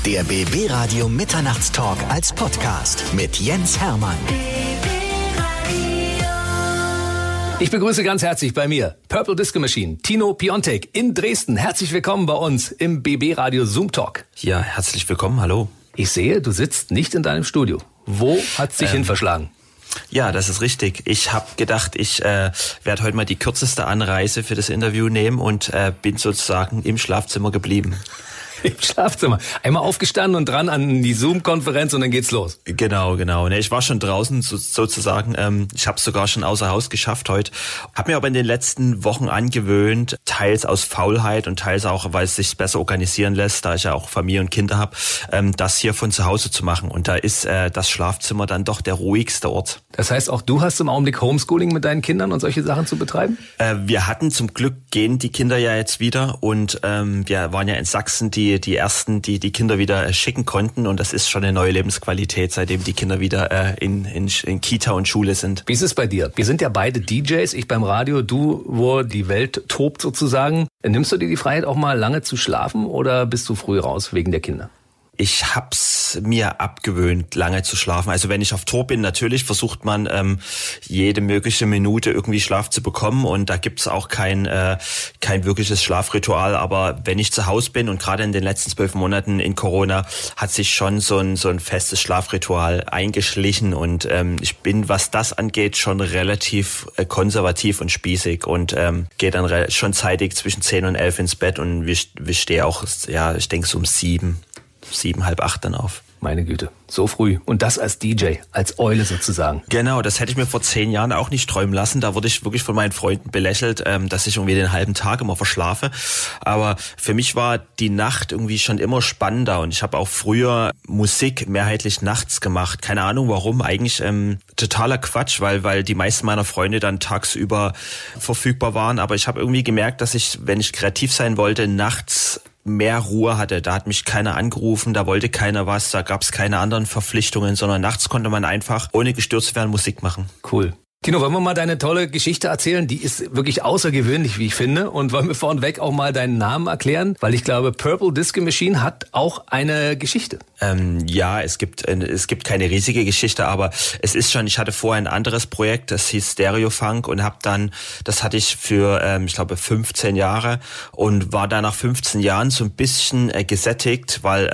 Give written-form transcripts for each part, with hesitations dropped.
Der BB Radio Mitternachtstalk als Podcast mit Jens Hermann. Ich begrüße ganz herzlich bei mir Purple Disco Machine, Tino Piontek in Dresden. Herzlich willkommen bei uns im BB Radio Zoom Talk. Ja, herzlich willkommen, hallo. Ich sehe, du sitzt nicht in deinem Studio. Wo hat es dich hin verschlagen? Ja, das ist richtig. Ich habe gedacht, ich werde heute mal die kürzeste Anreise für das Interview nehmen und bin sozusagen im Schlafzimmer geblieben. Im Schlafzimmer. Einmal aufgestanden und dran an die Zoom-Konferenz und dann geht's los. Genau. Ne, ich war schon draußen sozusagen. Ich habe es sogar schon außer Haus geschafft heute. Habe mir aber in den letzten Wochen angewöhnt, teils aus Faulheit und teils auch, weil es sich besser organisieren lässt, da ich ja auch Familie und Kinder habe, das hier von zu Hause zu machen. Und da ist das Schlafzimmer dann doch der ruhigste Ort. Das heißt, auch du hast im Augenblick Homeschooling mit deinen Kindern und solche Sachen zu betreiben? Wir hatten zum Glück, gehen die Kinder ja jetzt wieder und wir waren ja in Sachsen die ersten, die Kinder wieder schicken konnten, und das ist schon eine neue Lebensqualität, seitdem die Kinder wieder in Kita und Schule sind. Wie ist es bei dir? Wir sind ja beide DJs, ich beim Radio, du, wo die Welt tobt sozusagen. Nimmst du dir die Freiheit auch mal lange zu schlafen oder bist du früh raus wegen der Kinder? Ich hab's mir abgewöhnt, lange zu schlafen. Also wenn ich auf Tour bin, natürlich versucht man jede mögliche Minute irgendwie Schlaf zu bekommen, und da gibt's auch kein wirkliches Schlafritual. Aber wenn ich zu Hause bin, und gerade in den letzten 12 Monaten in Corona, hat sich schon so ein festes Schlafritual eingeschlichen, und ich bin, was das angeht, schon relativ konservativ und spießig und gehe dann schon zeitig zwischen 10 und 11 ins Bett und wir stehe auch, ja, ich denke so um 7, halb 8 dann auf. Meine Güte, so früh. Und das als DJ, als Eule sozusagen. Genau, das hätte ich mir vor 10 Jahren auch nicht träumen lassen. Da wurde ich wirklich von meinen Freunden belächelt, dass ich irgendwie den halben Tag immer verschlafe. Aber für mich war die Nacht irgendwie schon immer spannender, und ich habe auch früher Musik mehrheitlich nachts gemacht. Keine Ahnung warum, eigentlich totaler Quatsch, weil die meisten meiner Freunde dann tagsüber verfügbar waren. Aber ich habe irgendwie gemerkt, dass ich, wenn ich kreativ sein wollte, nachts mehr Ruhe hatte. Da hat mich keiner angerufen, da wollte keiner was, da gab es keine anderen Verpflichtungen, sondern nachts konnte man einfach, ohne gestört zu werden, Musik machen. Cool. Tino, wollen wir mal deine tolle Geschichte erzählen? Die ist wirklich außergewöhnlich, wie ich finde. Und wollen wir vorneweg auch mal deinen Namen erklären? Weil ich glaube, Purple Disco Machine hat auch eine Geschichte. Ja, es gibt keine riesige Geschichte, aber es ist schon, ich hatte vorher ein anderes Projekt, das hieß Stereofunk, und das hatte ich für, ich glaube, 15 Jahre und war da nach 15 Jahren so ein bisschen gesättigt, weil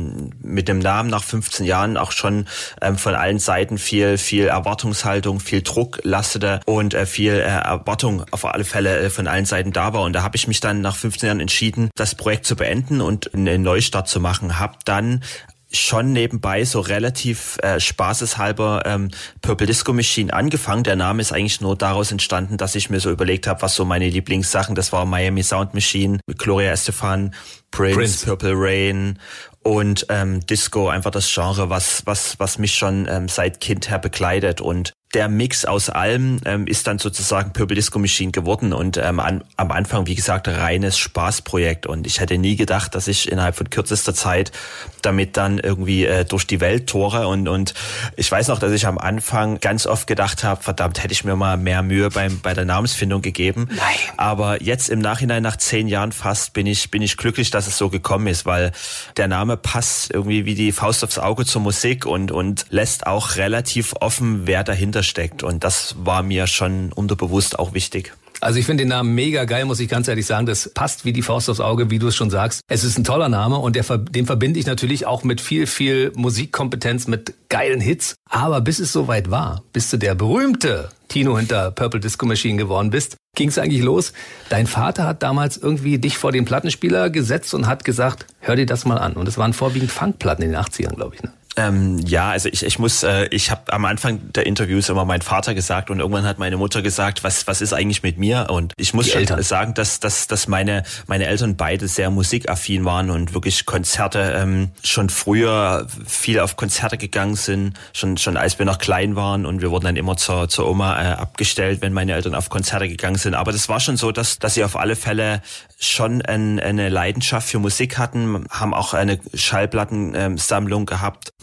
mit dem Namen nach 15 Jahren auch schon von allen Seiten viel Erwartungshaltung, viel Druck lastete und viel Erwartung auf alle Fälle von allen Seiten da war. Und da habe ich mich dann nach 15 Jahren entschieden, das Projekt zu beenden und einen Neustart zu machen. Habe dann schon nebenbei so relativ spaßeshalber Purple Disco Machine angefangen. Der Name ist eigentlich nur daraus entstanden, dass ich mir so überlegt habe, was so meine Lieblingssachen, das war Miami Sound Machine, Gloria Estefan, Prince, Purple Rain und Disco, einfach das Genre, was mich schon seit Kind her begleitet. Und der Mix aus allem ist dann sozusagen Purple Disco Machine geworden, und am Anfang, wie gesagt, reines Spaßprojekt, und ich hätte nie gedacht, dass ich innerhalb von kürzester Zeit damit dann irgendwie durch die Welt tore, und ich weiß noch, dass ich am Anfang ganz oft gedacht habe, verdammt, hätte ich mir mal mehr Mühe bei der Namensfindung gegeben. Nein. Aber jetzt im Nachhinein, nach 10 Jahren fast, bin ich glücklich, dass es so gekommen ist, weil der Name passt irgendwie wie die Faust aufs Auge zur Musik und lässt auch relativ offen, wer dahinter steckt. Und das war mir schon unterbewusst auch wichtig. Also ich finde den Namen mega geil, muss ich ganz ehrlich sagen. Das passt wie die Faust aufs Auge, wie du es schon sagst. Es ist ein toller Name, und den verbinde ich natürlich auch mit viel Musikkompetenz, mit geilen Hits. Aber bis es soweit war, bis du der berühmte Tino hinter Purple Disco Machine geworden bist, ging es eigentlich los. Dein Vater hat damals irgendwie dich vor den Plattenspieler gesetzt und hat gesagt, hör dir das mal an. Und es waren vorwiegend Funkplatten in den 80ern, glaube ich, ne? Ja, also ich habe am Anfang der Interviews immer meinen Vater gesagt, und irgendwann hat meine Mutter gesagt, was ist eigentlich mit mir? Und ich muss schon sagen, dass meine Eltern beide sehr musikaffin waren und wirklich Konzerte schon früher viel auf Konzerte gegangen sind, schon als wir noch klein waren, und wir wurden dann immer zur Oma abgestellt, wenn meine Eltern auf Konzerte gegangen sind. Aber das war schon so, dass sie auf alle Fälle schon eine Leidenschaft für Musik hatten, haben auch eine Schallplattensammlung gehabt.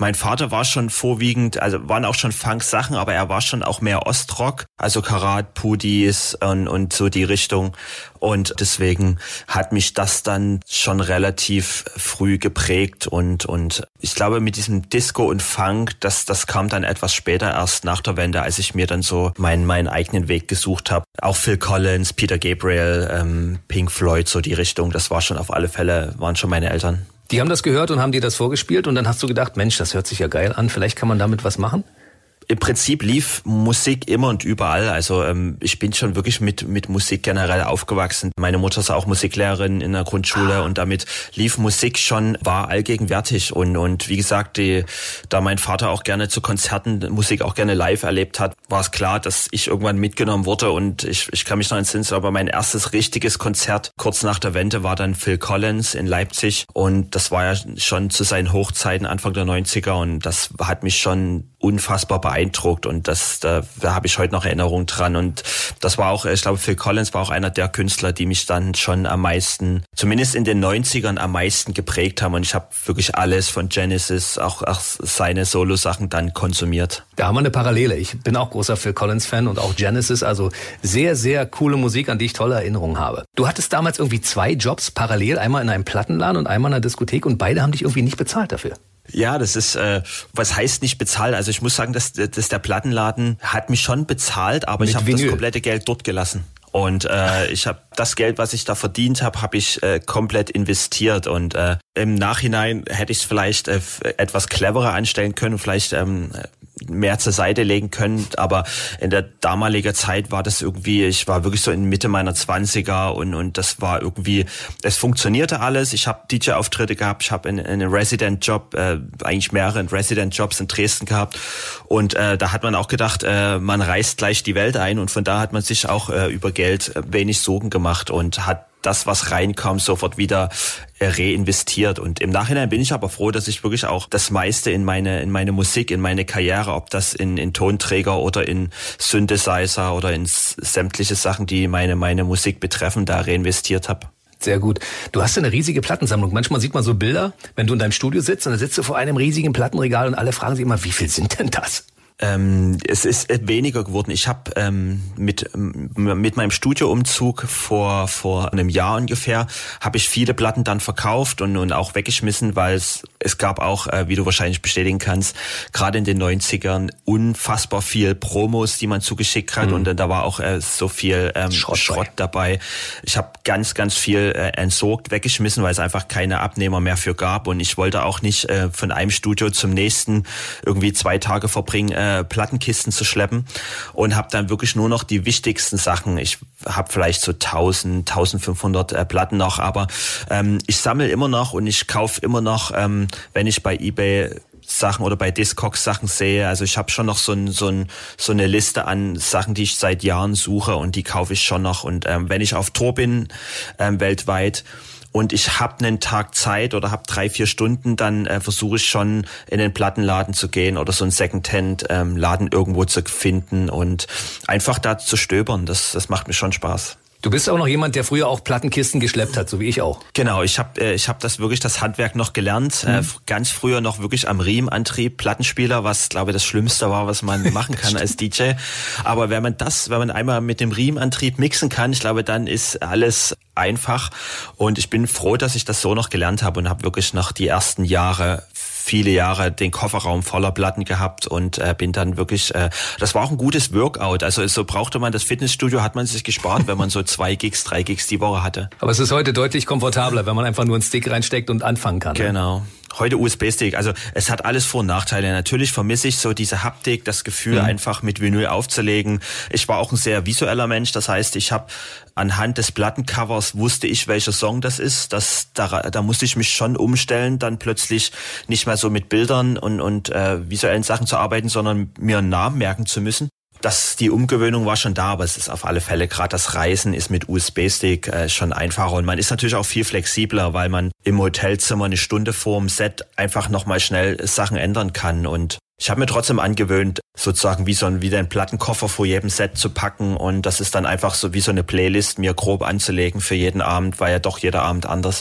Mein Vater war schon vorwiegend, also waren auch schon Funk-Sachen, aber er war schon auch mehr Ostrock, also Karat, Pudis und so die Richtung. Und deswegen hat mich das dann schon relativ früh geprägt und ich glaube mit diesem Disco und Funk, das kam dann etwas später erst nach der Wende, als ich mir dann so meinen eigenen Weg gesucht habe. Auch Phil Collins, Peter Gabriel, Pink Floyd, so die Richtung, das war schon auf alle Fälle, waren schon meine Eltern. Die haben das gehört und haben dir das vorgespielt und dann hast du gedacht, Mensch, das hört sich ja geil an, vielleicht kann man damit was machen? Im Prinzip lief Musik immer und überall. Also ich bin schon wirklich mit Musik generell aufgewachsen. Meine Mutter ist auch Musiklehrerin in der Grundschule und damit lief Musik schon, war allgegenwärtig. Und wie gesagt, da mein Vater auch gerne zu Konzerten Musik auch gerne live erlebt hat, war es klar, dass ich irgendwann mitgenommen wurde. Und ich kann mich noch entsinnen, aber mein erstes richtiges Konzert kurz nach der Wende war dann Phil Collins in Leipzig. Und das war ja schon zu seinen Hochzeiten Anfang der 90er. Und das hat mich schon unfassbar beeindruckt und da habe ich heute noch Erinnerungen dran und das war auch, ich glaube Phil Collins war auch einer der Künstler, die mich dann schon am meisten, zumindest in den 90ern am meisten geprägt haben und ich habe wirklich alles von Genesis, auch seine Solo-Sachen dann konsumiert. Da haben wir eine Parallele. Ich bin auch großer Phil Collins-Fan und auch Genesis, also sehr, sehr coole Musik, an die ich tolle Erinnerungen habe. Du hattest damals irgendwie 2 Jobs parallel, einmal in einem Plattenladen und einmal in einer Diskothek und beide haben dich irgendwie nicht bezahlt dafür. Ja, das ist, was heißt nicht bezahlt? Also ich muss sagen, dass der Plattenladen hat mich schon bezahlt, aber ich habe das komplette Geld dort gelassen. Und ich habe das Geld, was ich da verdient habe ich komplett investiert. Und im Nachhinein hätte ich es vielleicht etwas cleverer anstellen können, vielleicht mehr zur Seite legen können. Aber in der damaligen Zeit war das irgendwie, ich war wirklich so in Mitte meiner 20er und das war irgendwie, es funktionierte alles. Ich habe DJ-Auftritte gehabt, ich habe einen Resident-Job, eigentlich mehrere Resident-Jobs in Dresden gehabt. Und da hat man auch gedacht, man reist gleich die Welt ein. Und von da hat man sich auch über Geld wenig Sorgen gemacht und hat das, was reinkam, sofort wieder reinvestiert. Und im Nachhinein bin ich aber froh, dass ich wirklich auch das meiste in meine Musik, in meine Karriere, ob das in Tonträger oder in Synthesizer oder in sämtliche Sachen, die meine Musik betreffen, da reinvestiert habe. Sehr gut. Du hast eine riesige Plattensammlung. Manchmal sieht man so Bilder, wenn du in deinem Studio sitzt und da sitzt du vor einem riesigen Plattenregal und alle fragen sich immer, wie viel sind denn das? Es ist weniger geworden. Ich habe mit meinem Studioumzug vor einem Jahr ungefähr habe ich viele Platten dann verkauft und auch weggeschmissen, weil es gab auch, wie du wahrscheinlich bestätigen kannst, gerade in den 90ern unfassbar viel Promos, die man zugeschickt hat und da war auch so viel Schrott dabei. Ich habe ganz, ganz viel entsorgt, weggeschmissen, weil es einfach keine Abnehmer mehr für gab und ich wollte auch nicht von einem Studio zum nächsten irgendwie 2 Tage verbringen, Plattenkisten zu schleppen und habe dann wirklich nur noch die wichtigsten Sachen. Ich habe vielleicht so 1500 Platten noch, aber ich sammle immer noch und ich kaufe immer noch, wenn ich bei eBay Sachen oder bei Discogs Sachen sehe. Also ich habe schon noch so eine Liste an Sachen, die ich seit Jahren suche und die kaufe ich schon noch. Und wenn ich auf Tour bin, weltweit, und ich habe einen Tag Zeit oder habe 3-4 Stunden, dann versuche ich schon in den Plattenladen zu gehen oder so einen Secondhand-Laden irgendwo zu finden und einfach da zu stöbern. Das macht mir schon Spaß. Du bist auch noch jemand, der früher auch Plattenkisten geschleppt hat, so wie ich auch. Genau, ich hab das Handwerk noch gelernt. Ganz früher noch wirklich am Riemenantrieb, Plattenspieler, was, glaube ich, das Schlimmste war, was man machen kann als DJ. Aber wenn man einmal mit dem Riemenantrieb mixen kann, ich glaube, dann ist alles einfach. Und ich bin froh, dass ich das so noch gelernt habe und habe wirklich noch die ersten viele Jahre den Kofferraum voller Platten gehabt und bin dann wirklich, das war auch ein gutes Workout. Also so brauchte man das Fitnessstudio, hat man sich gespart, wenn man so 2 Gigs, 3 Gigs die Woche hatte. Aber es ist heute deutlich komfortabler, wenn man einfach nur einen Stick reinsteckt und anfangen kann. Genau. Ne? Heute USB-Stick, also es hat alles Vor- und Nachteile. Natürlich vermisse ich so diese Haptik, das Gefühl, einfach mit Vinyl aufzulegen. Ich war auch ein sehr visueller Mensch, das heißt, ich habe anhand des Plattencovers wusste ich, welcher Song das ist. Da musste ich mich schon umstellen, dann plötzlich nicht mehr so mit Bildern und visuellen Sachen zu arbeiten, sondern mir einen Namen merken zu müssen. Die Umgewöhnung war schon da, aber es ist auf alle Fälle, gerade das Reisen ist mit USB-Stick schon einfacher und man ist natürlich auch viel flexibler, weil man im Hotelzimmer eine Stunde vorm Set einfach nochmal schnell Sachen ändern kann und ich habe mir trotzdem angewöhnt, sozusagen wie einen Plattenkoffer vor jedem Set zu packen und das ist dann einfach so wie so eine Playlist mir grob anzulegen für jeden Abend, weil ja doch jeder Abend anders ist.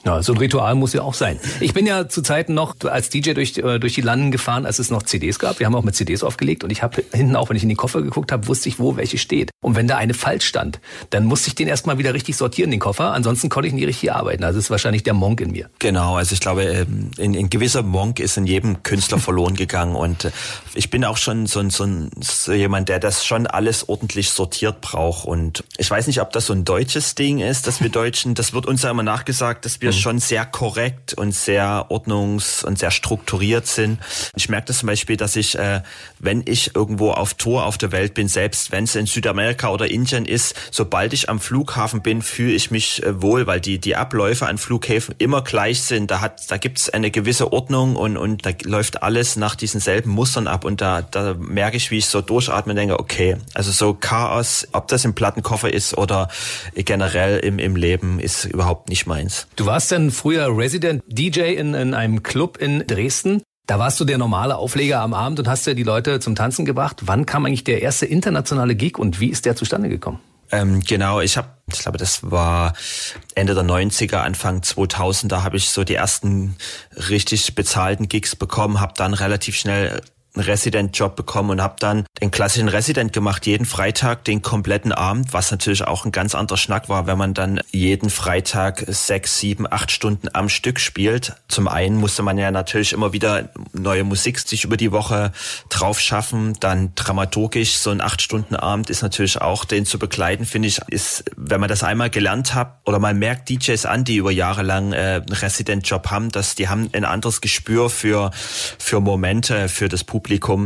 Ja, so ein Ritual muss ja auch sein. Ich bin ja zu Zeiten noch als DJ durch die Landen gefahren, als es noch CDs gab. Wir haben auch mit CDs aufgelegt und ich habe hinten auch, wenn ich in die Koffer geguckt habe, wusste ich, wo welche steht. Und wenn da eine falsch stand, dann musste ich den erstmal wieder richtig sortieren, den Koffer. Ansonsten konnte ich nie richtig arbeiten. Also das ist wahrscheinlich der Monk in mir. Genau, also ich glaube, ein gewisser Monk ist in jedem Künstler verloren gegangen und ich bin auch schon so jemand, der das schon alles ordentlich sortiert braucht und ich weiß nicht, ob das so ein deutsches Ding ist, dass wir Deutschen, das wird uns ja immer nachgesagt, dass wir schon sehr korrekt und sehr und sehr strukturiert sind. Ich merke das zum Beispiel, dass ich, wenn ich irgendwo auf Tour auf der Welt bin, selbst wenn es in Südamerika oder Indien ist, sobald ich am Flughafen bin, fühle ich mich wohl, weil die Abläufe an Flughäfen immer gleich sind. Da gibt's eine gewisse Ordnung und da läuft alles nach diesen selben Mustern ab und da merke ich, wie ich so durchatme und denke, okay, also so Chaos, ob das im Plattenkoffer ist oder generell im Leben, ist überhaupt nicht meins. Du warst dann früher Resident DJ in einem Club in Dresden. Da warst du der normale Aufleger am Abend und hast ja die Leute zum Tanzen gebracht. Wann kam eigentlich der erste internationale Gig und wie ist der zustande gekommen? Genau, ich glaube, das war Ende der 90er, Anfang 2000, da habe ich so die ersten richtig bezahlten Gigs bekommen, habe dann relativ schnell einen Resident-Job bekommen und habe dann den klassischen Resident gemacht, jeden Freitag, den kompletten Abend, was natürlich auch ein ganz anderer Schnack war, wenn man dann jeden Freitag 6, 7, 8 Stunden am Stück spielt. Zum einen musste man ja natürlich immer wieder neue Musik sich über die Woche drauf schaffen, dann dramaturgisch, so ein 8-Stunden-Abend ist natürlich auch, den zu begleiten, finde ich, ist, wenn man das einmal gelernt hat, oder man merkt DJs an, die über Jahre lang einen Resident-Job haben, dass die haben ein anderes Gespür für Momente, für das Publikum.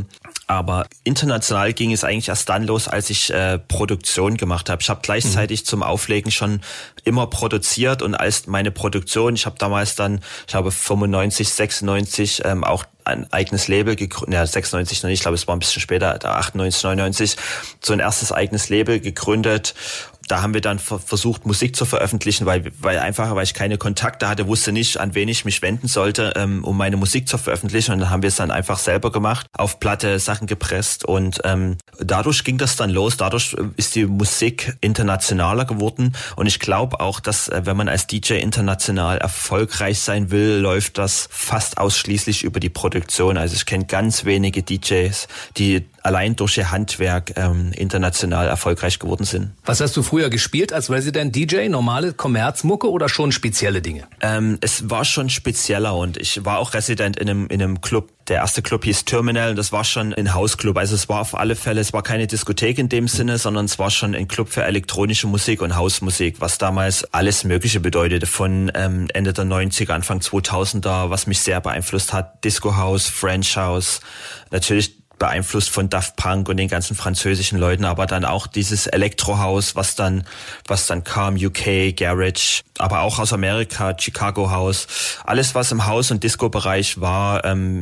Aber international ging es eigentlich erst dann los, als ich Produktion gemacht habe. Ich habe gleichzeitig zum Auflegen schon immer produziert und als meine Produktion, ich habe damals dann, ich glaube 95, 96 auch ein eigenes Label gegründet, ja 96 noch nicht, ich glaube es war ein bisschen später, 98, 99, so ein erstes eigenes Label gegründet. Da haben wir dann versucht, Musik zu veröffentlichen, weil ich keine Kontakte hatte, wusste nicht, an wen ich mich wenden sollte, um meine Musik zu veröffentlichen. Und dann haben wir es dann einfach selber gemacht, auf Platte Sachen gepresst und dadurch ging das dann los. Dadurch ist die Musik internationaler geworden. Und ich glaube auch, dass wenn man als DJ international erfolgreich sein will, läuft das fast ausschließlich über die Produktion. Also ich kenne ganz wenige DJs, die allein durch ihr Handwerk international erfolgreich geworden sind. Was hast du früher gespielt als Resident DJ? Normale Kommerzmucke oder schon spezielle Dinge? Es war schon spezieller und ich war auch Resident in einem Club. Der erste Club hieß Terminal und das war schon ein Hausclub. Also es war auf alle Fälle, es war keine Diskothek in dem Sinne, sondern es war schon ein Club für elektronische Musik und Hausmusik, was damals alles Mögliche bedeutete. Von Ende der 90er, Anfang 2000er, was mich sehr beeinflusst hat. Disco House, French House, natürlich beeinflusst von Daft Punk und den ganzen französischen Leuten, aber dann auch dieses Elektrohaus, was dann kam, UK, Garage, aber auch aus Amerika, Chicago House, alles was im Haus- und Disco-Bereich war.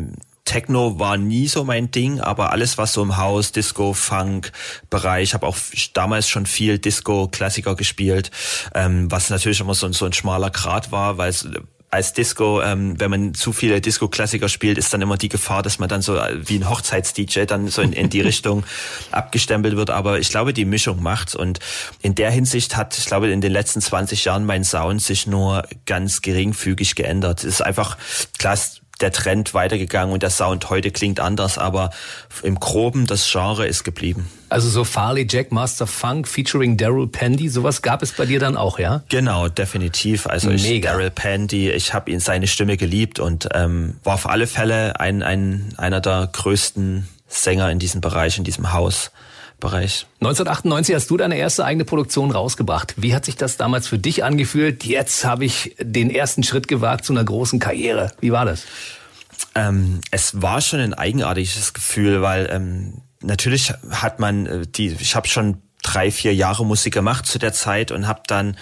Techno war nie so mein Ding, aber alles was so im Haus, Disco, Funk-Bereich, ich habe auch damals schon viel Disco-Klassiker gespielt, was natürlich immer so ein schmaler Grat war, weil es als Disco, wenn man zu viele Disco-Klassiker spielt, ist dann immer die Gefahr, dass man dann so wie ein Hochzeits-DJ dann so in die Richtung abgestempelt wird. Aber ich glaube, die Mischung macht's. Und in der Hinsicht hat, ich glaube, in den letzten 20 Jahren mein Sound sich nur ganz geringfügig geändert. Es ist einfach, klar, der Trend weitergegangen und der Sound heute klingt anders, aber im Groben das Genre ist geblieben. Also so Farley Jack, Master Funk featuring Daryl Pandy, sowas gab es bei dir dann auch, ja? Genau, definitiv. Also Daryl Pandy, ich habe seine Stimme geliebt und war auf alle Fälle einer der größten Sänger in diesem Bereich, in diesem Hausbereich. 1998 hast du deine erste eigene Produktion rausgebracht. Wie hat sich das damals für dich angefühlt? Jetzt habe ich den ersten Schritt gewagt zu einer großen Karriere. Wie war das? Es war schon ein eigenartiges Gefühl, weil natürlich hat man ich habe schon 3-4 Jahre Musik gemacht zu der Zeit und habe dann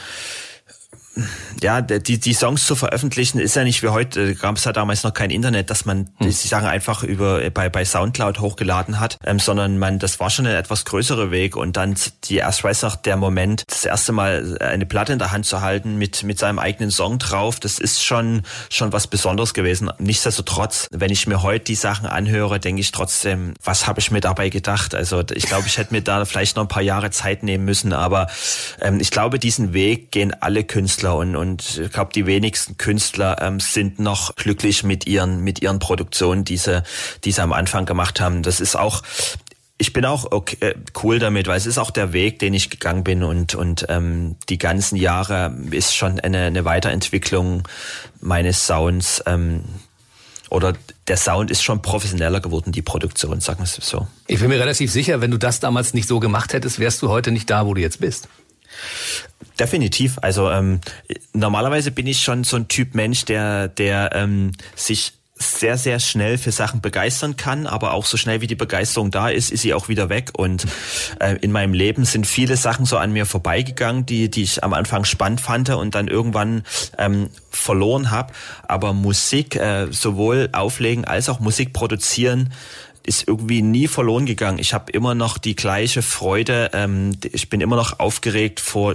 die Songs zu veröffentlichen ist ja nicht wie heute, gab es ja damals noch kein Internet, dass man die Sachen einfach bei Soundcloud hochgeladen hat, sondern das war schon ein etwas größerer Weg und dann der Moment, das erste Mal eine Platte in der Hand zu halten mit seinem eigenen Song drauf, das ist schon was Besonderes gewesen. Nichtsdestotrotz, wenn ich mir heute die Sachen anhöre, denke ich trotzdem, was habe ich mir dabei gedacht? Also ich glaube, ich hätte mir da vielleicht noch ein paar Jahre Zeit nehmen müssen, aber ich glaube, diesen Weg gehen alle Künstler Künstler und ich glaube, die wenigsten Künstler sind noch glücklich mit ihren Produktionen, die sie am Anfang gemacht haben. Das ist auch, ich bin auch cool damit, weil es ist auch der Weg, den ich gegangen bin und die ganzen Jahre ist schon eine Weiterentwicklung meines Sounds, oder der Sound ist schon professioneller geworden, die Produktion, sagen wir es so. Ich bin mir relativ sicher, wenn du das damals nicht so gemacht hättest, wärst du heute nicht da, wo du jetzt bist. Definitiv. Also normalerweise bin ich schon so ein Typ Mensch, der sich sehr, sehr schnell für Sachen begeistern kann, aber auch so schnell wie die Begeisterung da ist sie auch wieder weg. Und in meinem Leben sind viele Sachen so an mir vorbeigegangen, die ich am Anfang spannend fand und dann irgendwann verloren habe. Aber Musik, sowohl auflegen als auch Musik produzieren, ist irgendwie nie verloren gegangen. Ich habe immer noch die gleiche Freude. Ich bin immer noch aufgeregt vor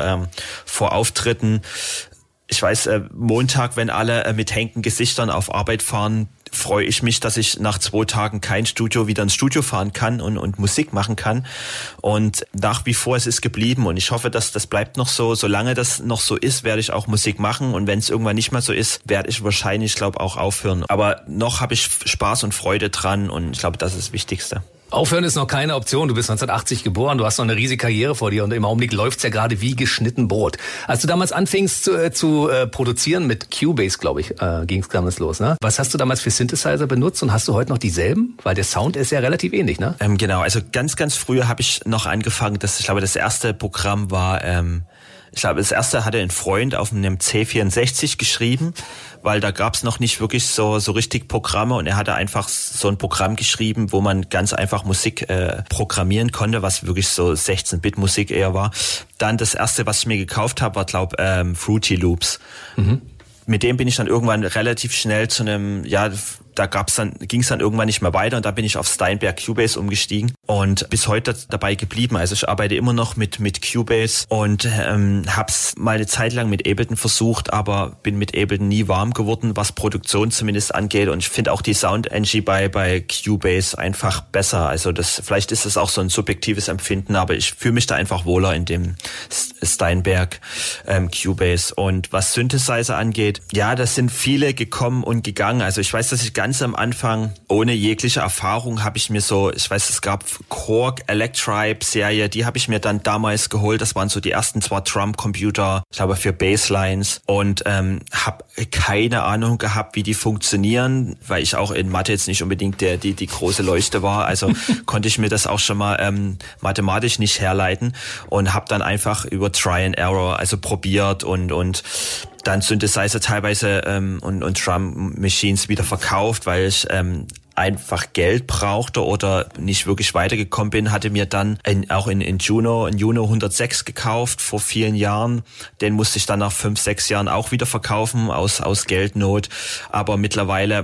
Auftritten. Ich weiß, Montag, wenn alle mit hängenden Gesichtern auf Arbeit fahren, freue ich mich, dass ich nach 2 Tagen wieder ins Studio fahren kann und Musik machen kann. Und nach wie vor, es ist geblieben und ich hoffe, dass das bleibt noch so. Solange das noch so ist, werde ich auch Musik machen und wenn es irgendwann nicht mehr so ist, werde ich wahrscheinlich, glaube auch aufhören. Aber noch habe ich Spaß und Freude dran und ich glaube, das ist das Wichtigste. Aufhören ist noch keine Option. Du bist 1980 geboren, du hast noch eine riesige Karriere vor dir und im Augenblick läuft's ja gerade wie geschnitten Brot. Als du damals anfingst zu produzieren mit Cubase, glaube ich, ging's damals los, ne? Was hast du damals für Synthesizer benutzt und hast du heute noch dieselben? Weil der Sound ist ja relativ ähnlich, ne? Genau, also ganz, ganz früher habe ich noch angefangen, ich glaube, das erste Programm war, das erste hatte ein Freund auf einem C64 geschrieben, weil da gab's noch nicht wirklich so richtig Programme und er hatte einfach so ein Programm geschrieben, wo man ganz einfach Musik programmieren konnte, was wirklich so 16-Bit-Musik eher war. Dann das erste, was ich mir gekauft habe, war Fruity Loops. Mhm. Mit dem bin ich dann irgendwann relativ schnell zu einem, ging es dann irgendwann nicht mehr weiter und da bin ich auf Steinberg Cubase umgestiegen und bis heute dabei geblieben. Also ich arbeite immer noch mit Cubase und hab's mal eine Zeit lang mit Ableton versucht, aber bin mit Ableton nie warm geworden, was Produktion zumindest angeht und ich finde auch die Sound-Engine bei Cubase einfach besser. Also vielleicht ist das auch so ein subjektives Empfinden, aber ich fühle mich da einfach wohler in dem Steinberg Cubase. Und was Synthesizer angeht, ja, das sind viele gekommen und gegangen. Also ich weiß, dass ich ganz am Anfang ohne jegliche Erfahrung es gab Korg Electribe Serie, die habe ich mir dann damals geholt. Das waren so die ersten 2 Drum-Computer, ich glaube für Basslines und habe keine Ahnung gehabt, wie die funktionieren, weil ich auch in Mathe jetzt nicht unbedingt die große Leuchte war. Also konnte ich mir das auch schon mal mathematisch nicht herleiten und habe dann einfach über Try and Error also probiert und dann Synthesizer teilweise und Drum Machines wieder verkauft, weil ich einfach Geld brauchte oder nicht wirklich weitergekommen bin, hatte mir dann auch in Juno 106 gekauft vor vielen Jahren. Den musste ich dann nach 5-6 Jahren auch wieder verkaufen aus Geldnot. Aber mittlerweile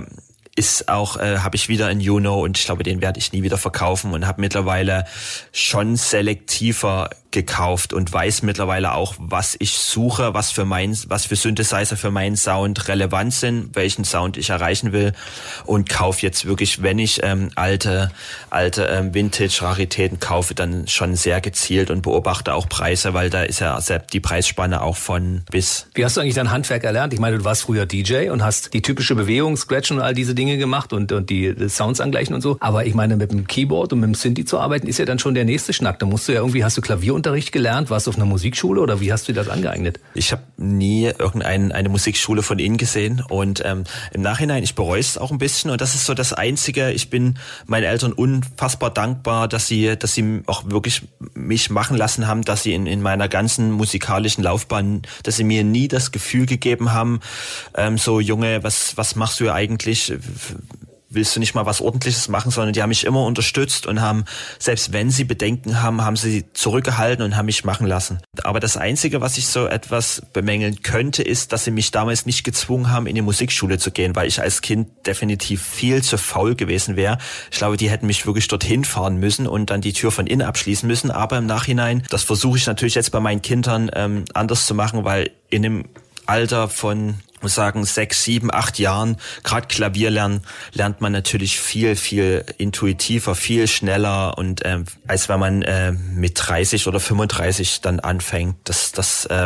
habe ich wieder einen Juno und ich glaube, den werde ich nie wieder verkaufen und habe mittlerweile schon selektiver gekauft und weiß mittlerweile auch, was ich suche, was für Synthesizer für meinen Sound relevant sind, welchen Sound ich erreichen will und kaufe jetzt wirklich, wenn ich alte Vintage-Raritäten kaufe, dann schon sehr gezielt und beobachte auch Preise, weil da ist ja die Preisspanne auch von bis. Wie hast du eigentlich dein Handwerk erlernt? Ich meine, du warst früher DJ und hast die typische Bewegung, Scratchen und all diese Dinge gemacht und die Sounds angleichen und so. Aber ich meine, mit dem Keyboard und mit dem Synthi zu arbeiten, ist ja dann schon der nächste Schnack. Da hast du Klavierunterricht gelernt? Warst du auf einer Musikschule oder wie hast du dir das angeeignet? Ich habe nie eine Musikschule von innen gesehen und im Nachhinein, ich bereue es auch ein bisschen und das ist so das Einzige. Ich bin meinen Eltern unfassbar dankbar, dass sie auch wirklich mich machen lassen haben, dass sie in meiner ganzen musikalischen Laufbahn, dass sie mir nie das Gefühl gegeben haben, so Junge, was machst du eigentlich? Willst du nicht mal was Ordentliches machen, sondern die haben mich immer unterstützt und haben, selbst wenn sie Bedenken haben sie zurückgehalten und haben mich machen lassen. Aber das Einzige, was ich so etwas bemängeln könnte, ist, dass sie mich damals nicht gezwungen haben, in die Musikschule zu gehen, weil ich als Kind definitiv viel zu faul gewesen wäre. Ich glaube, die hätten mich wirklich dorthin fahren müssen und dann die Tür von innen abschließen müssen. Aber im Nachhinein, das versuche ich natürlich jetzt bei meinen Kindern anders zu machen, weil in dem Alter von, muss sagen, 6, 7, 8 Jahren, gerade Klavier lernt man natürlich viel, viel intuitiver, viel schneller und als wenn man mit 30 oder 35 dann anfängt. Das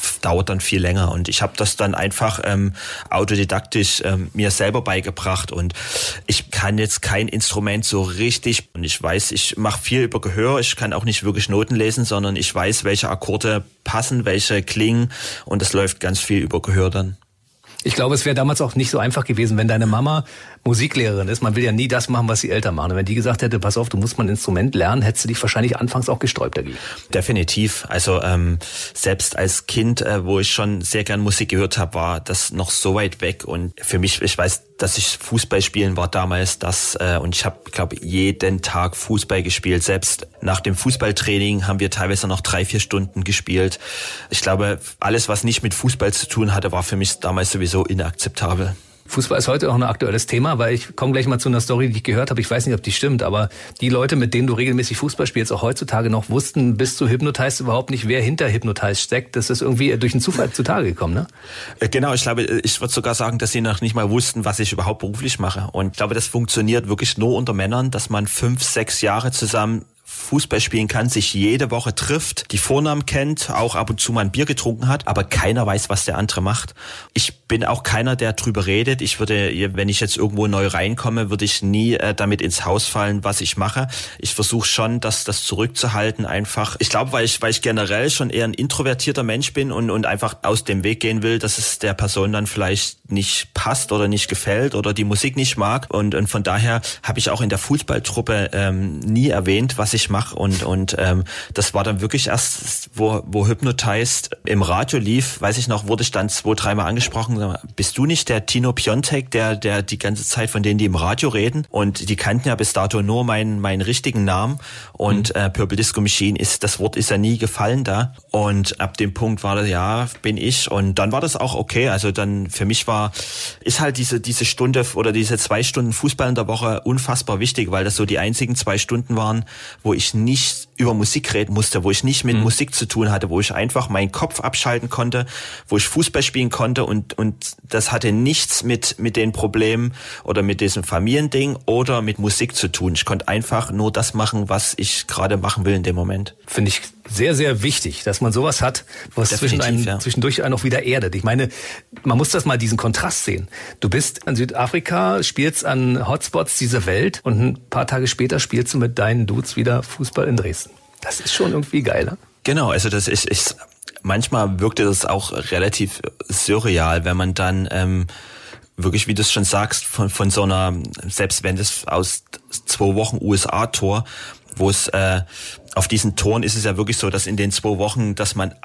dauert dann viel länger. Und ich habe das dann einfach autodidaktisch mir selber beigebracht. Und ich kann jetzt kein Instrument so richtig. Und ich weiß, ich mache viel über Gehör. Ich kann auch nicht wirklich Noten lesen, sondern ich weiß, welche Akkorde passen, welche klingen. Und das läuft ganz viel über Gehör dann. Ich glaube, es wäre damals auch nicht so einfach gewesen, wenn deine Mama Musiklehrerin ist. Man will ja nie das machen, was die Eltern machen. Und wenn die gesagt hätte, pass auf, du musst mal ein Instrument lernen, hättest du dich wahrscheinlich anfangs auch gesträubt dagegen. Definitiv. Also selbst als Kind, wo ich schon sehr gern Musik gehört habe, war das noch so weit weg. Und für mich, ich weiß, dass ich Fußball spielen war damals das. Und ich habe, glaube jeden Tag Fußball gespielt. Selbst nach dem Fußballtraining haben wir teilweise noch 3-4 Stunden gespielt. Ich glaube, alles, was nicht mit Fußball zu tun hatte, war für mich damals sowieso inakzeptabel. Fußball ist heute auch ein aktuelles Thema, weil ich komme gleich mal zu einer Story, die ich gehört habe. Ich weiß nicht, ob die stimmt, aber die Leute, mit denen du regelmäßig Fußball spielst, auch heutzutage noch, wussten bis zu Hypnotize überhaupt nicht, wer hinter Hypnotize steckt. Das ist irgendwie durch einen Zufall zutage gekommen, ne? Genau, ich glaube, ich würde sogar sagen, dass sie noch nicht mal wussten, was ich überhaupt beruflich mache. Und ich glaube, das funktioniert wirklich nur unter Männern, dass man 5-6 Jahre zusammen Fußball spielen kann, sich jede Woche trifft, die Vornamen kennt, auch ab und zu mal ein Bier getrunken hat, aber keiner weiß, was der andere macht. Ich bin auch keiner, der drüber redet. Ich würde, wenn ich jetzt irgendwo neu reinkomme, würde ich nie damit ins Haus fallen, was ich mache. Ich versuche schon, das zurückzuhalten einfach. Ich glaube, weil ich generell schon eher ein introvertierter Mensch bin und einfach aus dem Weg gehen will, dass es der Person dann vielleicht nicht passt oder nicht gefällt oder die Musik nicht mag. Und von daher habe ich auch in der Fußballtruppe nie erwähnt, was ich mache. Und das war dann wirklich erst, wo Hypnotize im Radio lief, weiß ich noch, wurde ich dann 2-3 Mal angesprochen, bist du nicht der Tino Piontek, der die ganze Zeit von denen, die im Radio reden? Und die kannten ja bis dato nur meinen richtigen Namen. Und Purple Disco Machine das Wort ist ja nie gefallen da. Und ab dem Punkt war das, ja, bin ich. Und dann war das auch okay. Also dann für mich ist halt diese Stunde oder diese 2 Stunden Fußball in der Woche unfassbar wichtig, weil das so die einzigen 2 Stunden waren, wo ich nicht über Musik reden musste, wo ich nicht mit Musik zu tun hatte, wo ich einfach meinen Kopf abschalten konnte, wo ich Fußball spielen konnte und das hatte nichts mit den Problemen oder mit diesem Familiending oder mit Musik zu tun. Ich konnte einfach nur das machen, was ich gerade machen will in dem Moment. Finde ich sehr, sehr wichtig, dass man sowas hat, was zwischendurch einen auch wieder erdet. Ich meine, man muss das mal diesen Kontrast sehen. Du bist in Südafrika, spielst an Hotspots dieser Welt und ein paar Tage später spielst du mit deinen Dudes wieder Fußball in Dresden. Das ist schon irgendwie geil, ne? Genau, also das ist manchmal wirkte das auch relativ surreal, wenn man dann wirklich, wie du es schon sagst, von so einer, selbst wenn das aus 2 Wochen USA-Tour, wo es auf diesen Touren ist es ja wirklich so, dass in den 2 Wochen, dass man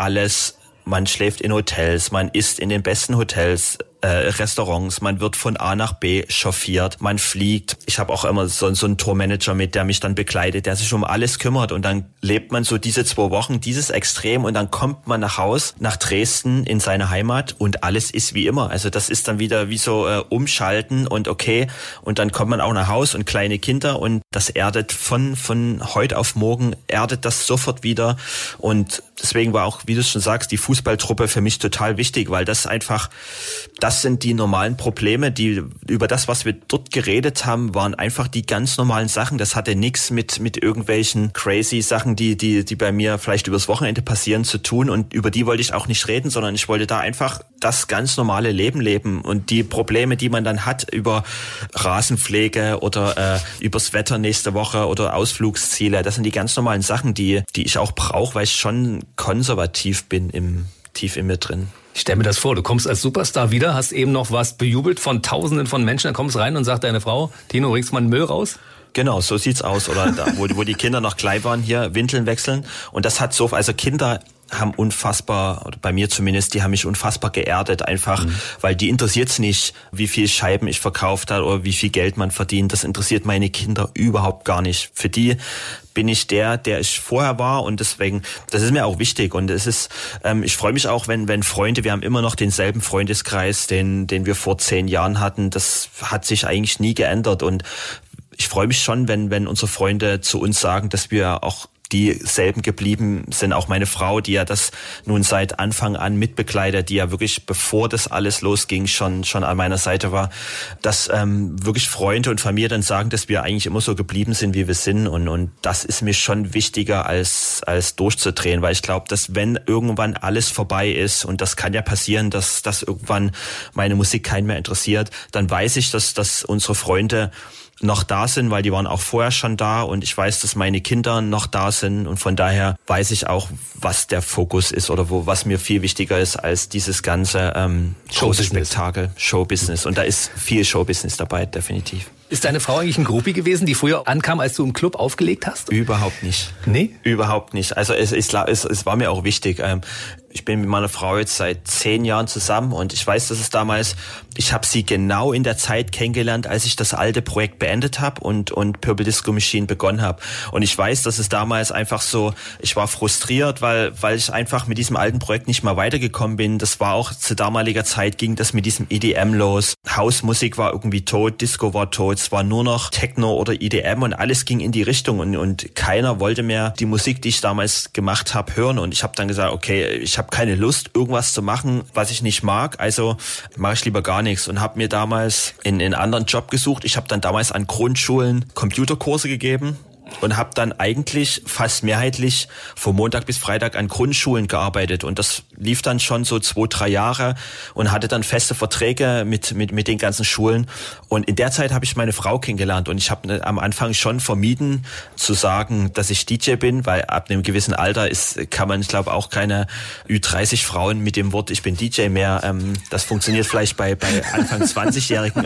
schläft in Hotels, man isst in den besten Hotels, Restaurants, man wird von A nach B chauffiert, man fliegt. Ich habe auch immer so einen Tourmanager mit, der mich dann begleitet, der sich um alles kümmert und dann lebt man so diese 2 Wochen, dieses Extrem und dann kommt man nach Haus, nach Dresden in seine Heimat und alles ist wie immer. Also das ist dann wieder wie so umschalten und okay und dann kommt man auch nach Haus und kleine Kinder und das erdet von heute auf morgen, erdet das sofort wieder und deswegen war auch, wie du schon sagst, die Fußballtruppe für mich total wichtig, weil das sind die normalen Probleme, die über das, was wir dort geredet haben, waren einfach die ganz normalen Sachen. Das hatte nichts mit irgendwelchen crazy Sachen, die bei mir vielleicht übers Wochenende passieren, zu tun. Und über die wollte ich auch nicht reden, sondern ich wollte da einfach das ganz normale Leben leben. Und die Probleme, die man dann hat über Rasenpflege oder übers Wetter nächste Woche oder Ausflugsziele, das sind die ganz normalen Sachen, die ich auch brauche, weil ich schon konservativ bin tief in mir drin. Ich stell mir das vor, du kommst als Superstar wieder, hast eben noch was bejubelt von Tausenden von Menschen, dann kommst rein und sagt deine Frau, Tino, bringst mal den Müll raus? Genau, so sieht's aus. Oder da, wo die Kinder noch klein waren, hier Windeln wechseln. Und das hat also Kinder haben unfassbar, oder bei mir zumindest, die haben mich unfassbar geerdet, einfach, weil die interessiert's nicht, wie viel Scheiben ich verkauft habe oder wie viel Geld man verdient. Das interessiert meine Kinder überhaupt gar nicht. Für die bin ich der ich vorher war und deswegen, das ist mir auch wichtig und es ist, ich freue mich auch, wenn Freunde, wir haben immer noch denselben Freundeskreis, den wir vor 10 Jahren hatten, das hat sich eigentlich nie geändert und ich freue mich schon, wenn unsere Freunde zu uns sagen, dass wir auch dieselben geblieben sind. Auch meine Frau, die ja das nun seit Anfang an mitbegleitet, die ja wirklich, bevor das alles losging, schon an meiner Seite war, dass wirklich Freunde und Familie dann sagen, dass wir eigentlich immer so geblieben sind, wie wir sind. Und das ist mir schon wichtiger, als durchzudrehen, weil ich glaube, dass wenn irgendwann alles vorbei ist, und das kann ja passieren, dass irgendwann meine Musik keinen mehr interessiert, dann weiß ich, dass unsere Freunde noch da sind, weil die waren auch vorher schon da, und ich weiß, dass meine Kinder noch da sind, und von daher weiß ich auch, was der Fokus ist oder was mir viel wichtiger ist als dieses ganze große Spektakel, Showbusiness, und da ist viel Showbusiness dabei, definitiv. Ist deine Frau eigentlich ein Groupie gewesen, die früher ankam, als du im Club aufgelegt hast? Überhaupt nicht. Nee? Überhaupt nicht. Also es war mir auch wichtig. Ich bin mit meiner Frau jetzt seit 10 Jahren zusammen, und ich weiß, dass es damals, ich habe sie genau in der Zeit kennengelernt, als ich das alte Projekt beendet habe und Purple Disco Machine begonnen habe. Und ich weiß, dass es damals einfach so, ich war frustriert, weil ich einfach mit diesem alten Projekt nicht mal weitergekommen bin. Das war auch zu damaliger Zeit, ging das mit diesem EDM los. Hausmusik war irgendwie tot, Disco war tot, es war nur noch Techno oder EDM, und alles ging in die Richtung, und keiner wollte mehr die Musik, die ich damals gemacht habe, hören. Und ich habe dann gesagt, okay, ich habe keine Lust, irgendwas zu machen, was ich nicht mag, also mache ich lieber gar nichts, und habe mir damals einen anderen Job gesucht. Ich habe dann damals an Grundschulen Computerkurse gegeben und habe dann eigentlich fast mehrheitlich von Montag bis Freitag an Grundschulen gearbeitet, und das lief dann schon so 2-3 Jahre und hatte dann feste Verträge mit den ganzen Schulen, und in der Zeit habe ich meine Frau kennengelernt, und ich habe am Anfang schon vermieden zu sagen, dass ich DJ bin, weil ab einem gewissen Alter kann man, ich glaube, auch keine Ü30 Frauen mit dem Wort ich bin DJ mehr, das funktioniert vielleicht bei Anfang 20-Jährigen,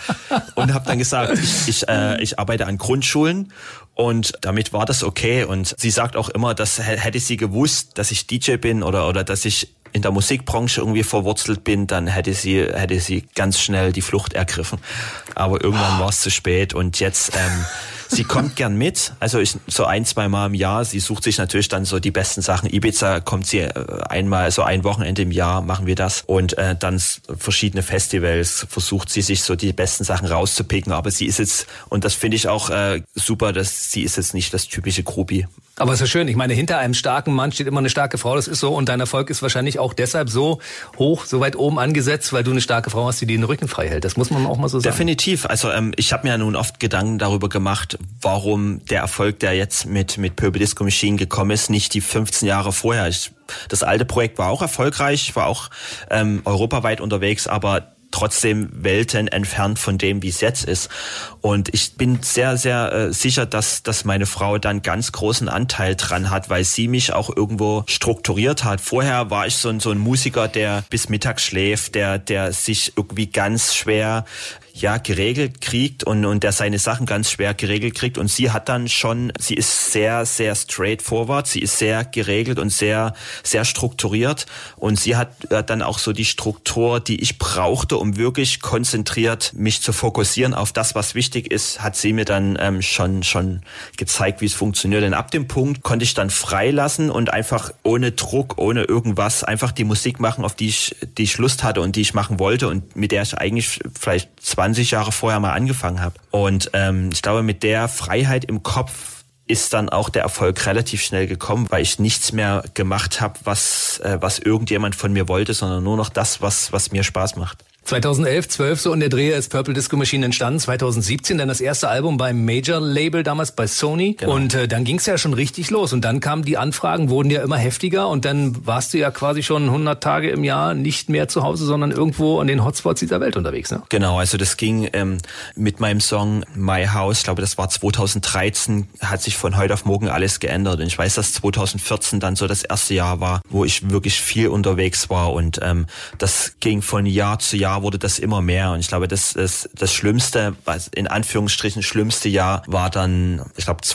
und habe dann gesagt, ich arbeite an Grundschulen. Und damit war das okay. Und sie sagt auch immer, dass hätte sie gewusst, dass ich DJ bin oder dass ich in der Musikbranche irgendwie verwurzelt bin, dann hätte sie ganz schnell die Flucht ergriffen. Aber irgendwann war es zu spät, und jetzt sie kommt gern mit, also so 1-2 Mal im Jahr. Sie sucht sich natürlich dann so die besten Sachen. Ibiza kommt sie einmal, so ein Wochenende im Jahr machen wir das, und dann verschiedene Festivals versucht sie sich so die besten Sachen rauszupicken. Aber sie ist jetzt, und das finde ich auch super, dass sie ist jetzt nicht das typische Groupie. Aber es ist schön, ich meine, hinter einem starken Mann steht immer eine starke Frau, das ist so, und dein Erfolg ist wahrscheinlich auch deshalb so hoch, so weit oben angesetzt, weil du eine starke Frau hast, die dir den Rücken frei hält. Das muss man auch mal so sagen. Definitiv. Also ich habe mir ja nun oft Gedanken darüber gemacht, warum der Erfolg, der jetzt mit Purple Disco Machine gekommen ist, nicht die 15 Jahre vorher. Das alte Projekt war auch erfolgreich, ich war auch europaweit unterwegs, aber trotzdem Welten entfernt von dem, wie es jetzt ist. Und ich bin sehr, sehr sicher, dass meine Frau dann ganz großen Anteil dran hat, weil sie mich auch irgendwo strukturiert hat. Vorher war ich so ein Musiker, der bis mittags schläft, der sich irgendwie ganz schwer geregelt kriegt und der seine Sachen ganz schwer geregelt kriegt. Und sie hat dann schon, sie ist sehr, sehr straightforward, sie ist sehr geregelt und sehr, sehr strukturiert. Und sie hat dann auch so die Struktur, die ich brauchte, um wirklich konzentriert mich zu fokussieren auf das, was wichtig ist, hat sie mir dann schon gezeigt, wie es funktioniert. Denn ab dem Punkt konnte ich dann freilassen und einfach ohne Druck, ohne irgendwas, einfach die Musik machen, auf die ich Lust hatte und die ich machen wollte und mit der ich eigentlich vielleicht 20 Jahre vorher mal angefangen habe. Und ich glaube, mit der Freiheit im Kopf ist dann auch der Erfolg relativ schnell gekommen, weil ich nichts mehr gemacht habe, was irgendjemand von mir wollte, sondern nur noch das, was mir Spaß macht. 2011, 12 so in der Dreh ist Purple Disco Machine entstanden, 2017 dann das erste Album beim Major-Label, damals bei Sony. Genau. Und dann ging's ja schon richtig los und dann kamen die Anfragen, wurden ja immer heftiger und dann warst du ja quasi schon 100 Tage im Jahr nicht mehr zu Hause, sondern irgendwo an den Hotspots dieser Welt unterwegs, ne? Genau, also das ging mit meinem Song My House, ich glaube das war 2013, hat sich von heute auf morgen alles geändert und ich weiß, dass 2014 dann so das erste Jahr war, wo ich wirklich viel unterwegs war und das ging von Jahr zu Jahr, wurde das immer mehr und ich glaube, das Schlimmste, in Anführungsstrichen schlimmste Jahr war dann, ich glaube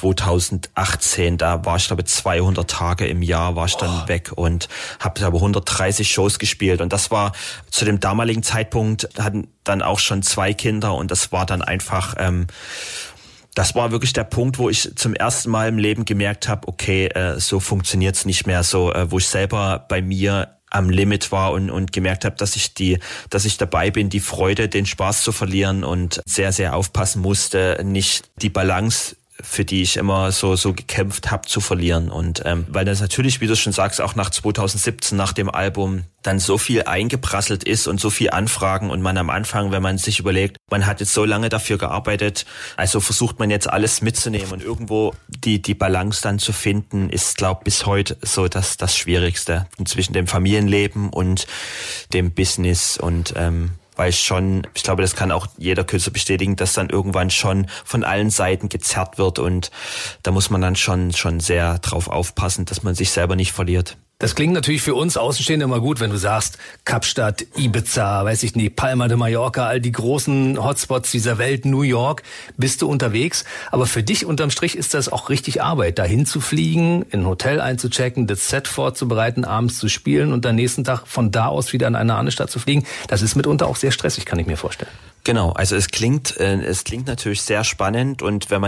2018, da war ich glaube 200 Tage im Jahr war ich dann weg und habe aber 130 Shows gespielt und das war zu dem damaligen Zeitpunkt, hatten dann auch schon 2 Kinder und das war dann einfach, das war wirklich der Punkt, wo ich zum ersten Mal im Leben gemerkt habe, okay, so funktioniert's nicht mehr, so wo ich selber bei mir am Limit war und gemerkt habe, dass ich dabei bin, die Freude, den Spaß zu verlieren und sehr, sehr aufpassen musste, nicht die Balance für die ich immer so gekämpft habe zu verlieren. Und weil das natürlich, wie du schon sagst, auch nach 2017, nach dem Album, dann so viel eingeprasselt ist und so viel Anfragen und man am Anfang, wenn man sich überlegt, man hat jetzt so lange dafür gearbeitet, also versucht man jetzt alles mitzunehmen und irgendwo die Balance dann zu finden, ist, glaube ich, bis heute so das Schwierigste zwischen dem Familienleben und dem Business und weil ich glaube, das kann auch jeder Künstler bestätigen, dass dann irgendwann schon von allen Seiten gezerrt wird und da muss man dann schon sehr drauf aufpassen, dass man sich selber nicht verliert. Das klingt natürlich für uns Außenstehende immer gut, wenn du sagst, Kapstadt, Ibiza, weiß ich nicht, Palma de Mallorca, all die großen Hotspots dieser Welt, New York, bist du unterwegs. Aber für dich unterm Strich ist das auch richtig Arbeit, dahin zu fliegen, in ein Hotel einzuchecken, das Set vorzubereiten, abends zu spielen und am nächsten Tag von da aus wieder in eine andere Stadt zu fliegen. Das ist mitunter auch sehr stressig, kann ich mir vorstellen. Genau, also es klingt natürlich sehr spannend und wenn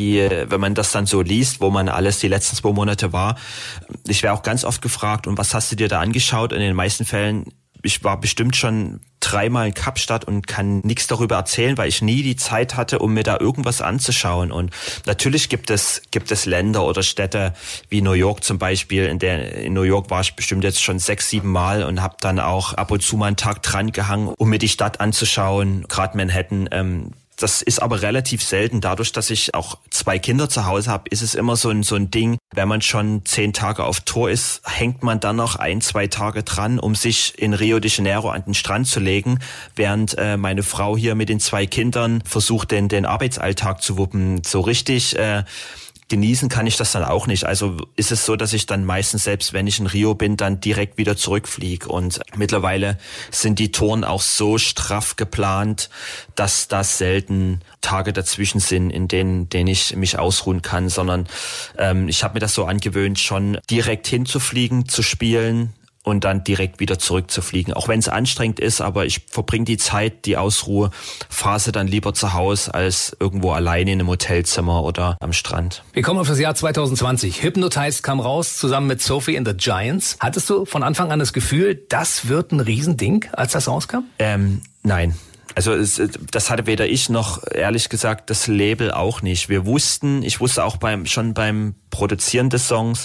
man das dann so liest, wo man alles die letzten 2 Monate war, ich werde auch ganz oft gefragt, und was hast du dir da angeschaut? Und in den meisten Fällen, ich war bestimmt schon 3-mal in Kapstadt und kann nichts darüber erzählen, weil ich nie die Zeit hatte, um mir da irgendwas anzuschauen. Und natürlich gibt es Länder oder Städte wie New York zum Beispiel. In New York war ich bestimmt jetzt schon 6-7 Mal und habe dann auch ab und zu mal einen Tag dran gehangen, um mir die Stadt anzuschauen. Gerade Manhattan. Das ist aber relativ selten. Dadurch, dass ich auch 2 Kinder zu Hause habe, ist es immer so ein Ding, wenn man schon 10 Tage auf Tour ist, hängt man dann noch 1-2 Tage dran, um sich in Rio de Janeiro an den Strand zu legen, während meine Frau hier mit den 2 Kindern versucht, den Arbeitsalltag zu wuppen. So richtig genießen kann ich das dann auch nicht. Also ist es so, dass ich dann meistens, selbst wenn ich in Rio bin, dann direkt wieder zurückfliege. Und mittlerweile sind die Touren auch so straff geplant, dass da selten Tage dazwischen sind, in denen ich mich ausruhen kann, sondern ich habe mir das so angewöhnt, schon direkt hinzufliegen, zu spielen und dann direkt wieder zurückzufliegen. Auch wenn es anstrengend ist, aber ich verbringe die Ausruhephase dann lieber zu Hause als irgendwo alleine in einem Hotelzimmer oder am Strand. Wir kommen auf das Jahr 2020. Hypnotized kam raus, zusammen mit Sophie and the Giants. Hattest du von Anfang an das Gefühl, das wird ein Riesending, als das rauskam? Nein. Also das hatte weder ich noch, ehrlich gesagt, das Label auch nicht. Ich wusste auch schon beim Produzieren des Songs,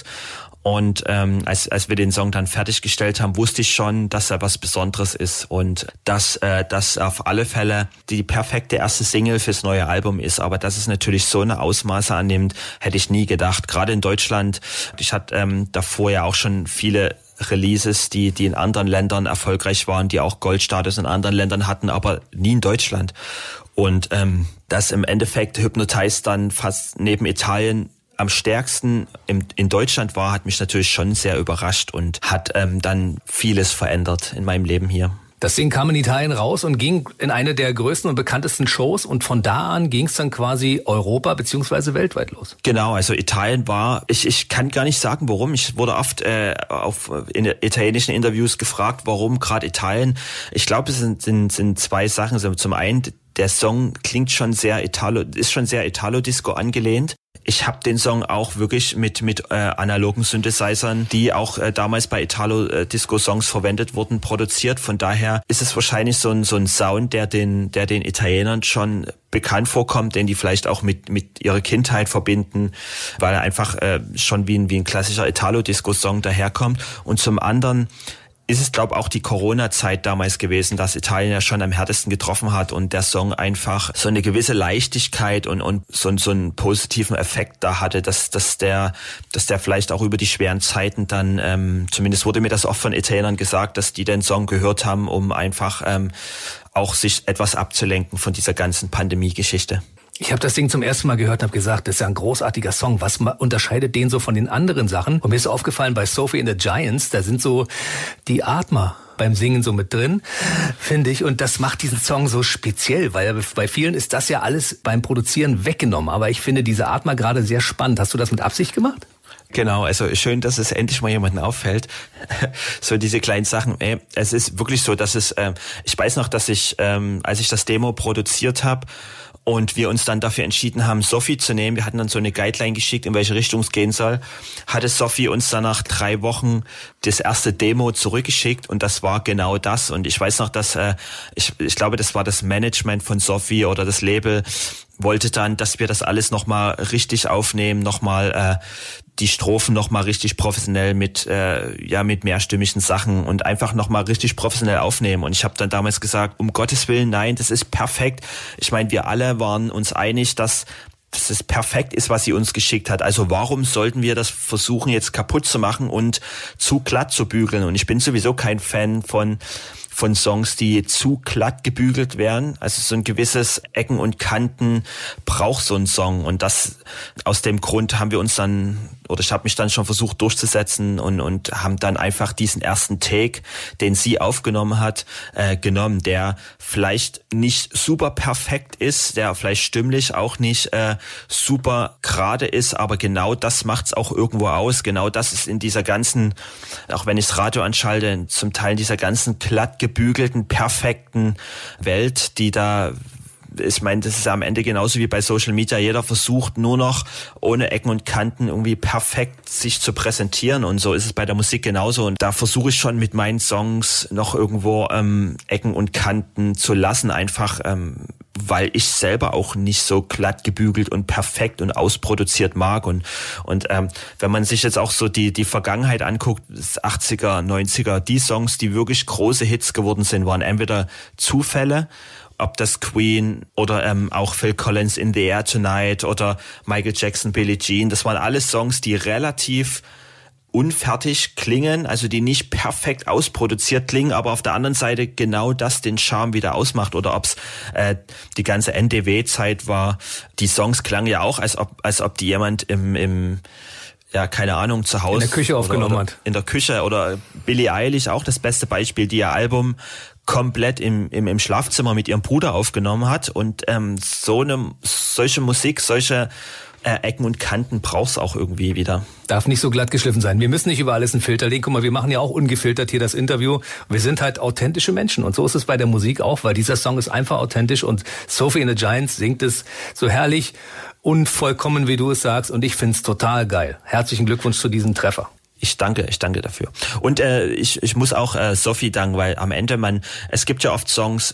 und als wir den Song dann fertiggestellt haben, wusste ich schon, dass er was Besonderes ist und dass das auf alle Fälle die perfekte erste Single fürs neue Album ist. Aber dass es natürlich so eine Ausmaße annimmt, hätte ich nie gedacht. Gerade in Deutschland, ich hatte davor ja auch schon viele Releases, die in anderen Ländern erfolgreich waren, die auch Goldstatus in anderen Ländern hatten, aber nie in Deutschland. Und dass im Endeffekt Hypnotized dann fast neben Italien am stärksten in Deutschland war, hat mich natürlich schon sehr überrascht und hat dann vieles verändert in meinem Leben hier. Das Ding kam in Italien raus und ging in eine der größten und bekanntesten Shows und von da an ging es dann quasi Europa bzw. weltweit los. Genau, also Italien war, ich kann gar nicht sagen, warum. Ich wurde oft in italienischen Interviews gefragt, warum gerade Italien. Ich glaube, es sind 2 Sachen. Also zum einen, der Song klingt schon sehr ist schon sehr Italo-Disco angelehnt. Ich habe den Song auch wirklich mit analogen Synthesizern, die auch damals bei Italo-Disco-Songs verwendet wurden, produziert. Von daher ist es wahrscheinlich so ein Sound, der den Italienern schon bekannt vorkommt, den die vielleicht auch mit ihrer Kindheit verbinden, weil er einfach schon wie ein klassischer Italo-Disco-Song daherkommt. Und zum anderen ist es, glaube ich, auch die Corona-Zeit damals gewesen, dass Italien ja schon am härtesten getroffen hat und der Song einfach so eine gewisse Leichtigkeit und so einen positiven Effekt da hatte, dass der vielleicht auch über die schweren Zeiten dann, zumindest wurde mir das oft von Italienern gesagt, dass die den Song gehört haben, um einfach auch sich etwas abzulenken von dieser ganzen Pandemie-Geschichte. Ich habe das Ding zum ersten Mal gehört und habe gesagt, das ist ja ein großartiger Song. Was unterscheidet den so von den anderen Sachen? Und mir ist aufgefallen, bei Sophie and the Giants, da sind so die Atmer beim Singen so mit drin, finde ich. Und das macht diesen Song so speziell, weil bei vielen ist das ja alles beim Produzieren weggenommen. Aber ich finde diese Atmer gerade sehr spannend. Hast du das mit Absicht gemacht? Genau, also schön, dass es endlich mal jemandem auffällt. So diese kleinen Sachen. Es ist wirklich so, dass ich weiß noch, dass als ich das Demo produziert habe, und wir uns dann dafür entschieden haben, Sophie zu nehmen. Wir hatten dann so eine Guideline geschickt, in welche Richtung es gehen soll. Hatte Sophie uns dann nach 3 Wochen das erste Demo zurückgeschickt und das war genau das. Und ich weiß noch, dass ich glaube, das war das Management von Sophie oder das Label, wollte dann, dass wir das alles nochmal richtig aufnehmen, nochmal die Strophen nochmal richtig professionell mit mehrstimmigen Sachen und einfach nochmal richtig professionell aufnehmen. Und ich habe dann damals gesagt, um Gottes Willen, nein, das ist perfekt. Ich meine, wir alle waren uns einig, dass es perfekt ist, was sie uns geschickt hat. Also warum sollten wir das versuchen, jetzt kaputt zu machen und zu glatt zu bügeln? Und ich bin sowieso kein Fan von Songs, die zu glatt gebügelt werden. Also so ein gewisses Ecken und Kanten braucht so ein Song. Und das aus dem Grund haben wir uns dann, oder ich habe mich dann schon versucht durchzusetzen und haben dann einfach diesen ersten Take, den sie aufgenommen hat, genommen, der vielleicht nicht super perfekt ist, der vielleicht stimmlich auch nicht super gerade ist, aber genau das macht's auch irgendwo aus. Genau das ist in dieser ganzen, auch wenn ich das Radio anschalte, zum Teil in dieser ganzen glatt gebügelten, perfekten Welt, die da, ich meine, das ist am Ende genauso wie bei Social Media. Jeder versucht nur noch ohne Ecken und Kanten irgendwie perfekt sich zu präsentieren, und so ist es bei der Musik genauso. Und da versuche ich schon mit meinen Songs noch irgendwo Ecken und Kanten zu lassen, einfach weil ich selber auch nicht so glatt gebügelt und perfekt und ausproduziert mag. Und wenn man sich jetzt auch so die Vergangenheit anguckt, 80er, 90er, die Songs, die wirklich große Hits geworden sind, waren entweder Zufälle, ob das Queen oder auch Phil Collins In the Air Tonight oder Michael Jackson, Billie Jean, das waren alles Songs, die relativ unfertig klingen, also die nicht perfekt ausproduziert klingen, aber auf der anderen Seite genau das den Charme wieder ausmacht. Oder ob's die ganze NDW-Zeit war, die Songs klangen ja auch, als ob die jemand im keine Ahnung, zu Hause in der Küche aufgenommen hat. In der Küche, oder Billie Eilish, auch das beste Beispiel, die ihr Album komplett im Schlafzimmer mit ihrem Bruder aufgenommen hat. Und solche Musik, solche Ecken und Kanten brauchst auch irgendwie wieder. Darf nicht so glatt geschliffen sein. Wir müssen nicht über alles einen Filter legen. Guck mal, wir machen ja auch ungefiltert hier das Interview. Wir sind halt authentische Menschen. Und so ist es bei der Musik auch, weil dieser Song ist einfach authentisch. Und Sophie and the Giants singt es so herrlich und vollkommen, wie du es sagst. Und ich find's total geil. Herzlichen Glückwunsch zu diesem Treffer. Ich danke dafür. Und ich muss auch Sophie danken, weil am Ende es gibt ja oft Songs,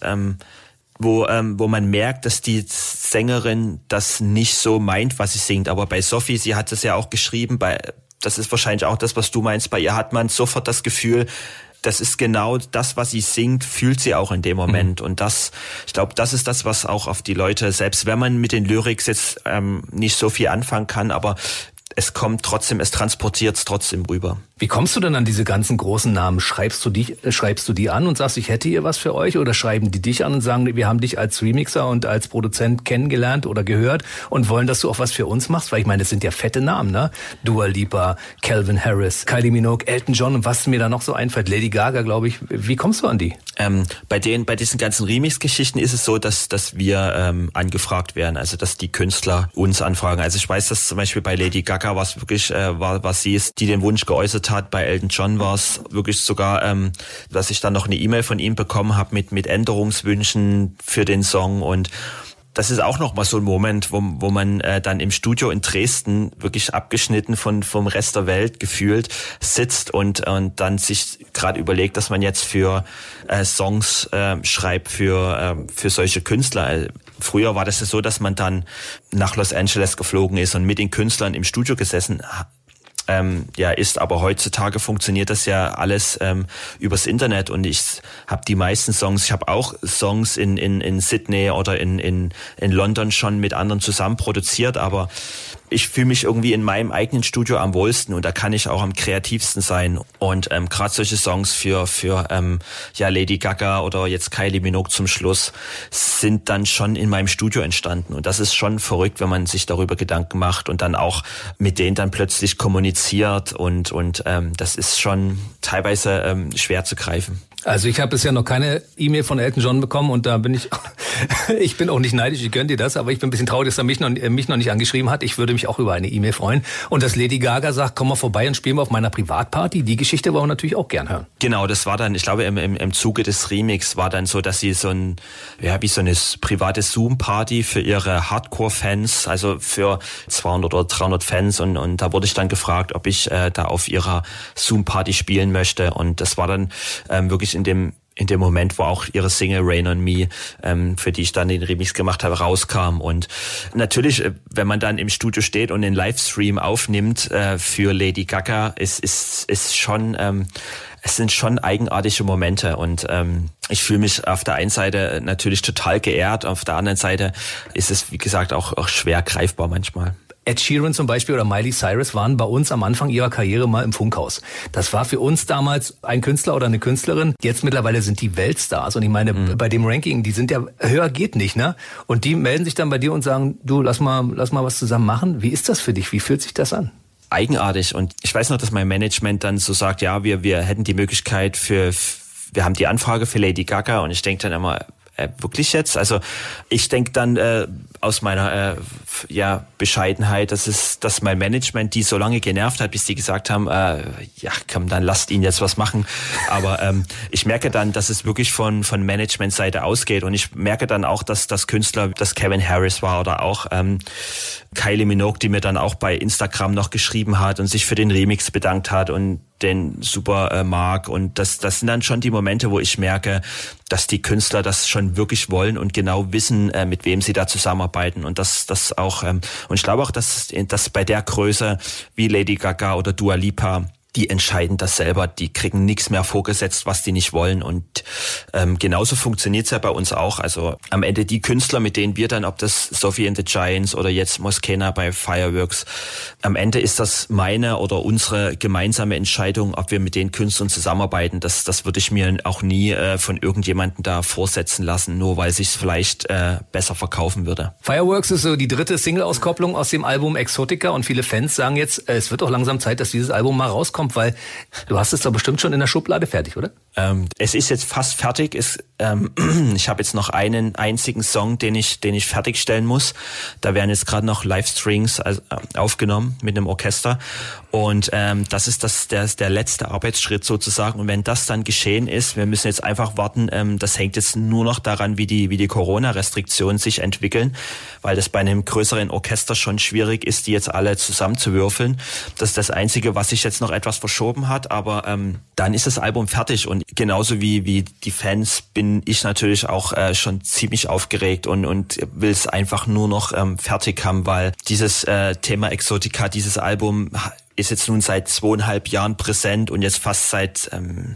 wo man merkt, dass die Sängerin das nicht so meint, was sie singt. Aber bei Sophie, sie hat es ja auch geschrieben, das ist wahrscheinlich auch das, was du meinst, bei ihr hat man sofort das Gefühl, das ist genau das, was sie singt, fühlt sie auch in dem Moment. Und ich glaube, das ist das, was auch auf die Leute, selbst wenn man mit den Lyrics jetzt nicht so viel anfangen kann, aber es transportiert es trotzdem rüber. Wie kommst du denn an diese ganzen großen Namen? Schreibst du die an und sagst, ich hätte hier was für euch? Oder schreiben die dich an und sagen, wir haben dich als Remixer und als Produzent kennengelernt oder gehört und wollen, dass du auch was für uns machst? Weil ich meine, das sind ja fette Namen, ne? Dua Lipa, Calvin Harris, Kylie Minogue, Elton John und was mir da noch so einfällt, Lady Gaga, glaube ich. Wie kommst du an die? Bei diesen ganzen Remix-Geschichten ist es so, dass wir angefragt werden, also dass die Künstler uns anfragen. Also ich weiß, dass zum Beispiel bei Lady Gaga war es wirklich, war sie es, die den Wunsch geäußert hat. Bei Elton John war es wirklich sogar, dass ich dann noch eine E-Mail von ihm bekommen habe mit Änderungswünschen für den Song. Und das ist auch noch mal so ein Moment, wo man dann im Studio in Dresden wirklich abgeschnitten vom Rest der Welt gefühlt sitzt und dann sich gerade überlegt, dass man jetzt für Songs schreibt für solche Künstler. Früher war das ja so, dass man dann nach Los Angeles geflogen ist und mit den Künstlern im Studio gesessen ist, aber heutzutage funktioniert das ja alles übers Internet, und ich habe die meisten Songs, ich habe auch Songs in Sydney oder in London schon mit anderen zusammen produziert, aber ich fühle mich irgendwie in meinem eigenen Studio am wohlsten, und da kann ich auch am kreativsten sein. Und gerade solche Songs für Lady Gaga oder jetzt Kylie Minogue zum Schluss sind dann schon in meinem Studio entstanden. Und das ist schon verrückt, wenn man sich darüber Gedanken macht und dann auch mit denen dann plötzlich kommuniziert. Und das ist schon teilweise schwer zu greifen. Also ich habe bisher noch keine E-Mail von Elton John bekommen, und da bin ich bin auch nicht neidisch, ich gönne dir das, aber ich bin ein bisschen traurig, dass er mich noch nicht angeschrieben hat. Ich würde mich auch über eine E-Mail freuen. Und dass Lady Gaga sagt, komm mal vorbei und spielen wir auf meiner Privatparty, die Geschichte wollen wir natürlich auch gern hören. Genau, das war dann, ich glaube im Zuge des Remix war dann so, dass sie so eine private Zoom-Party für ihre Hardcore-Fans, also für 200 oder 300 Fans, und da wurde ich dann gefragt, ob ich da auf ihrer Zoom-Party spielen möchte, und das war dann wirklich in dem in dem Moment, wo auch ihre Single Rain on Me, für die ich dann den Remix gemacht habe, rauskam. Und natürlich, wenn man dann im Studio steht und den Livestream aufnimmt für Lady Gaga, es sind schon eigenartige Momente und ich fühle mich auf der einen Seite natürlich total geehrt, auf der anderen Seite ist es, wie gesagt, auch schwer greifbar manchmal. Ed Sheeran zum Beispiel oder Miley Cyrus waren bei uns am Anfang ihrer Karriere mal im Funkhaus. Das war für uns damals ein Künstler oder eine Künstlerin. Jetzt mittlerweile sind die Weltstars. Und ich meine, bei dem Ranking, die sind ja, höher geht nicht, ne? Und die melden sich dann bei dir und sagen, du, lass mal was zusammen machen. Wie ist das für dich? Wie fühlt sich das an? Eigenartig. Und ich weiß noch, dass mein Management dann so sagt, ja, wir hätten die Möglichkeit wir haben die Anfrage für Lady Gaga. Und ich denke dann immer, wirklich jetzt? Also ich denke dann aus meiner Bescheidenheit, dass mein Management die so lange genervt hat, bis die gesagt haben, komm, dann lasst ihn jetzt was machen. Aber ich merke dann, dass es wirklich von Managementseite ausgeht und ich merke dann auch, dass das Künstler, dass Kevin Harris war oder auch Kylie Minogue, die mir dann auch bei Instagram noch geschrieben hat und sich für den Remix bedankt hat und den super mag und das sind dann schon die Momente, wo ich merke, dass die Künstler das schon wirklich wollen und genau wissen, mit wem sie da zusammenarbeiten und das auch und ich glaube auch, dass bei der Größe wie Lady Gaga oder Dua Lipa, die entscheiden das selber, die kriegen nichts mehr vorgesetzt, was die nicht wollen und genauso funktioniert's ja bei uns auch. Also am Ende die Künstler, mit denen wir dann, ob das Sophie and the Giants oder jetzt Moschena bei Fireworks, am Ende ist das meine oder unsere gemeinsame Entscheidung, ob wir mit den Künstlern zusammenarbeiten. Das würde ich mir auch nie von irgendjemandem da vorsetzen lassen, nur weil sich's vielleicht besser verkaufen würde. Fireworks ist so die dritte Single-Auskopplung aus dem Album Exotica und viele Fans sagen jetzt, es wird auch langsam Zeit, dass dieses Album mal rauskommt. Weil du hast es doch bestimmt schon in der Schublade fertig, oder? Es ist jetzt fast fertig. Ich habe jetzt noch einen einzigen Song, den ich fertigstellen muss. Da werden jetzt gerade noch Live-Strings aufgenommen mit einem Orchester. Und das ist der letzte Arbeitsschritt sozusagen. Und wenn das dann geschehen ist, wir müssen jetzt einfach warten. Das hängt jetzt nur noch daran, wie die Corona-Restriktionen sich entwickeln, weil das bei einem größeren Orchester schon schwierig ist, die jetzt alle zusammenzuwürfeln. Das ist das Einzige, was sich jetzt noch etwas verschoben hat. Aber dann ist das Album fertig und genauso wie die Fans bin ich natürlich auch schon ziemlich aufgeregt und will es einfach nur noch fertig haben, weil dieses Thema Exotica, dieses Album ist jetzt nun seit 2,5 Jahren präsent und jetzt fast seit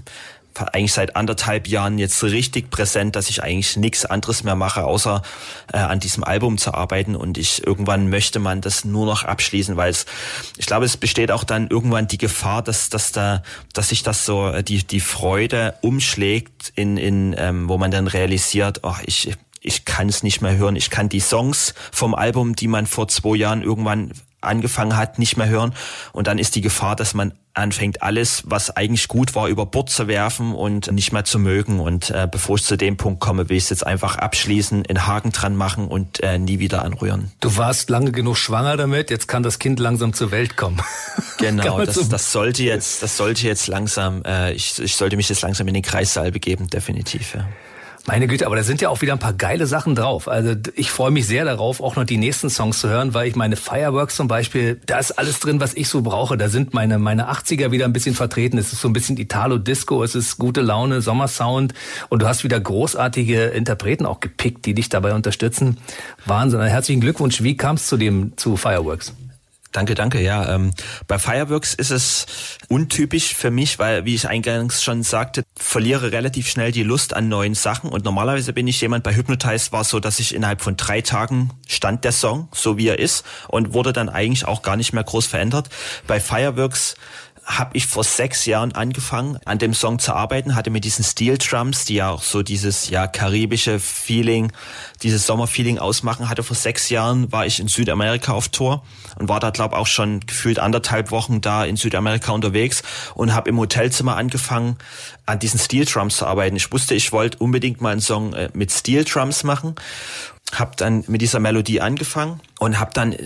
1,5 Jahren jetzt richtig präsent, dass ich eigentlich nichts anderes mehr mache, außer an diesem Album zu arbeiten und irgendwann möchte man das nur noch abschließen, weil ich glaube, es besteht auch dann irgendwann die Gefahr, dass sich das so die Freude umschlägt wo man dann realisiert, ich kann es nicht mehr hören, ich kann die Songs vom Album, die man vor 2 Jahren irgendwann angefangen hat, nicht mehr hören und dann ist die Gefahr, dass man anfängt, alles, was eigentlich gut war, über Bord zu werfen und nicht mehr zu mögen. Und bevor ich zu dem Punkt komme, will ich es jetzt einfach abschließen, einen Haken dran machen und nie wieder anrühren. Du warst lange genug schwanger damit, jetzt kann das Kind langsam zur Welt kommen. Genau, das sollte jetzt langsam, ich sollte mich jetzt langsam in den Kreissaal begeben, definitiv, ja. Meine Güte, aber da sind ja auch wieder ein paar geile Sachen drauf. Also ich freue mich sehr darauf, auch noch die nächsten Songs zu hören, weil ich meine Fireworks zum Beispiel, da ist alles drin, was ich so brauche. Da sind meine 80er wieder ein bisschen vertreten. Es ist so ein bisschen Italo-Disco, es ist gute Laune, Sommersound und du hast wieder großartige Interpreten auch gepickt, die dich dabei unterstützen. Wahnsinn. Herzlichen Glückwunsch. Wie kam es zu Fireworks? Danke, ja. Bei Fireworks ist es untypisch für mich, weil, wie ich eingangs schon sagte, verliere relativ schnell die Lust an neuen Sachen und normalerweise bin ich jemand, bei Hypnotize war es so, dass ich innerhalb von 3 Tagen stand der Song, so wie er ist und wurde dann eigentlich auch gar nicht mehr groß verändert. Bei Fireworks habe ich vor 6 Jahren angefangen, an dem Song zu arbeiten, hatte mit diesen Steel Drums, die ja auch so dieses karibische Feeling, dieses Sommerfeeling ausmachen, hatte vor 6 Jahren, war ich in Südamerika auf Tour und war da, glaube auch schon gefühlt 1,5 Wochen da in Südamerika unterwegs und habe im Hotelzimmer angefangen, an diesen Steel Drums zu arbeiten. Ich wusste, ich wollte unbedingt mal einen Song mit Steel Drums machen, habe dann mit dieser Melodie angefangen und habe dann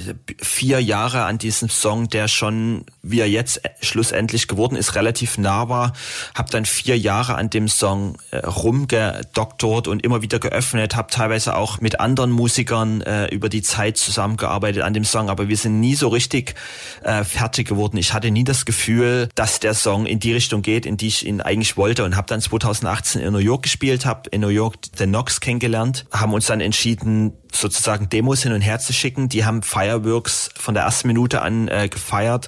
4 Jahre an diesem Song, der schon, wie er jetzt schlussendlich geworden ist, relativ nah war, habe dann 4 Jahre an dem Song rumgedoktort und immer wieder geöffnet, habe teilweise auch mit anderen Musikern über die Zeit zusammengearbeitet an dem Song, aber wir sind nie so richtig fertig geworden. Ich hatte nie das Gefühl, dass der Song in die Richtung geht, in die ich ihn eigentlich wollte, und habe dann 2018 in New York gespielt, habe in New York The Knocks kennengelernt, haben uns dann entschieden, sozusagen Demos hin und her zu schicken. Die haben Fireworks von der ersten Minute an gefeiert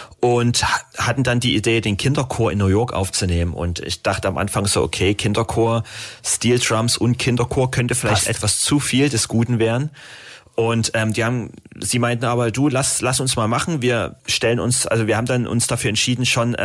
und hatten dann die Idee, den Kinderchor in New York aufzunehmen. Und ich dachte am Anfang so, okay, Kinderchor, Steel Drums und Kinderchor könnte vielleicht etwas zu viel des Guten werden. Und sie meinten aber, du, lass uns mal machen. Wir haben dann uns dafür entschieden, schon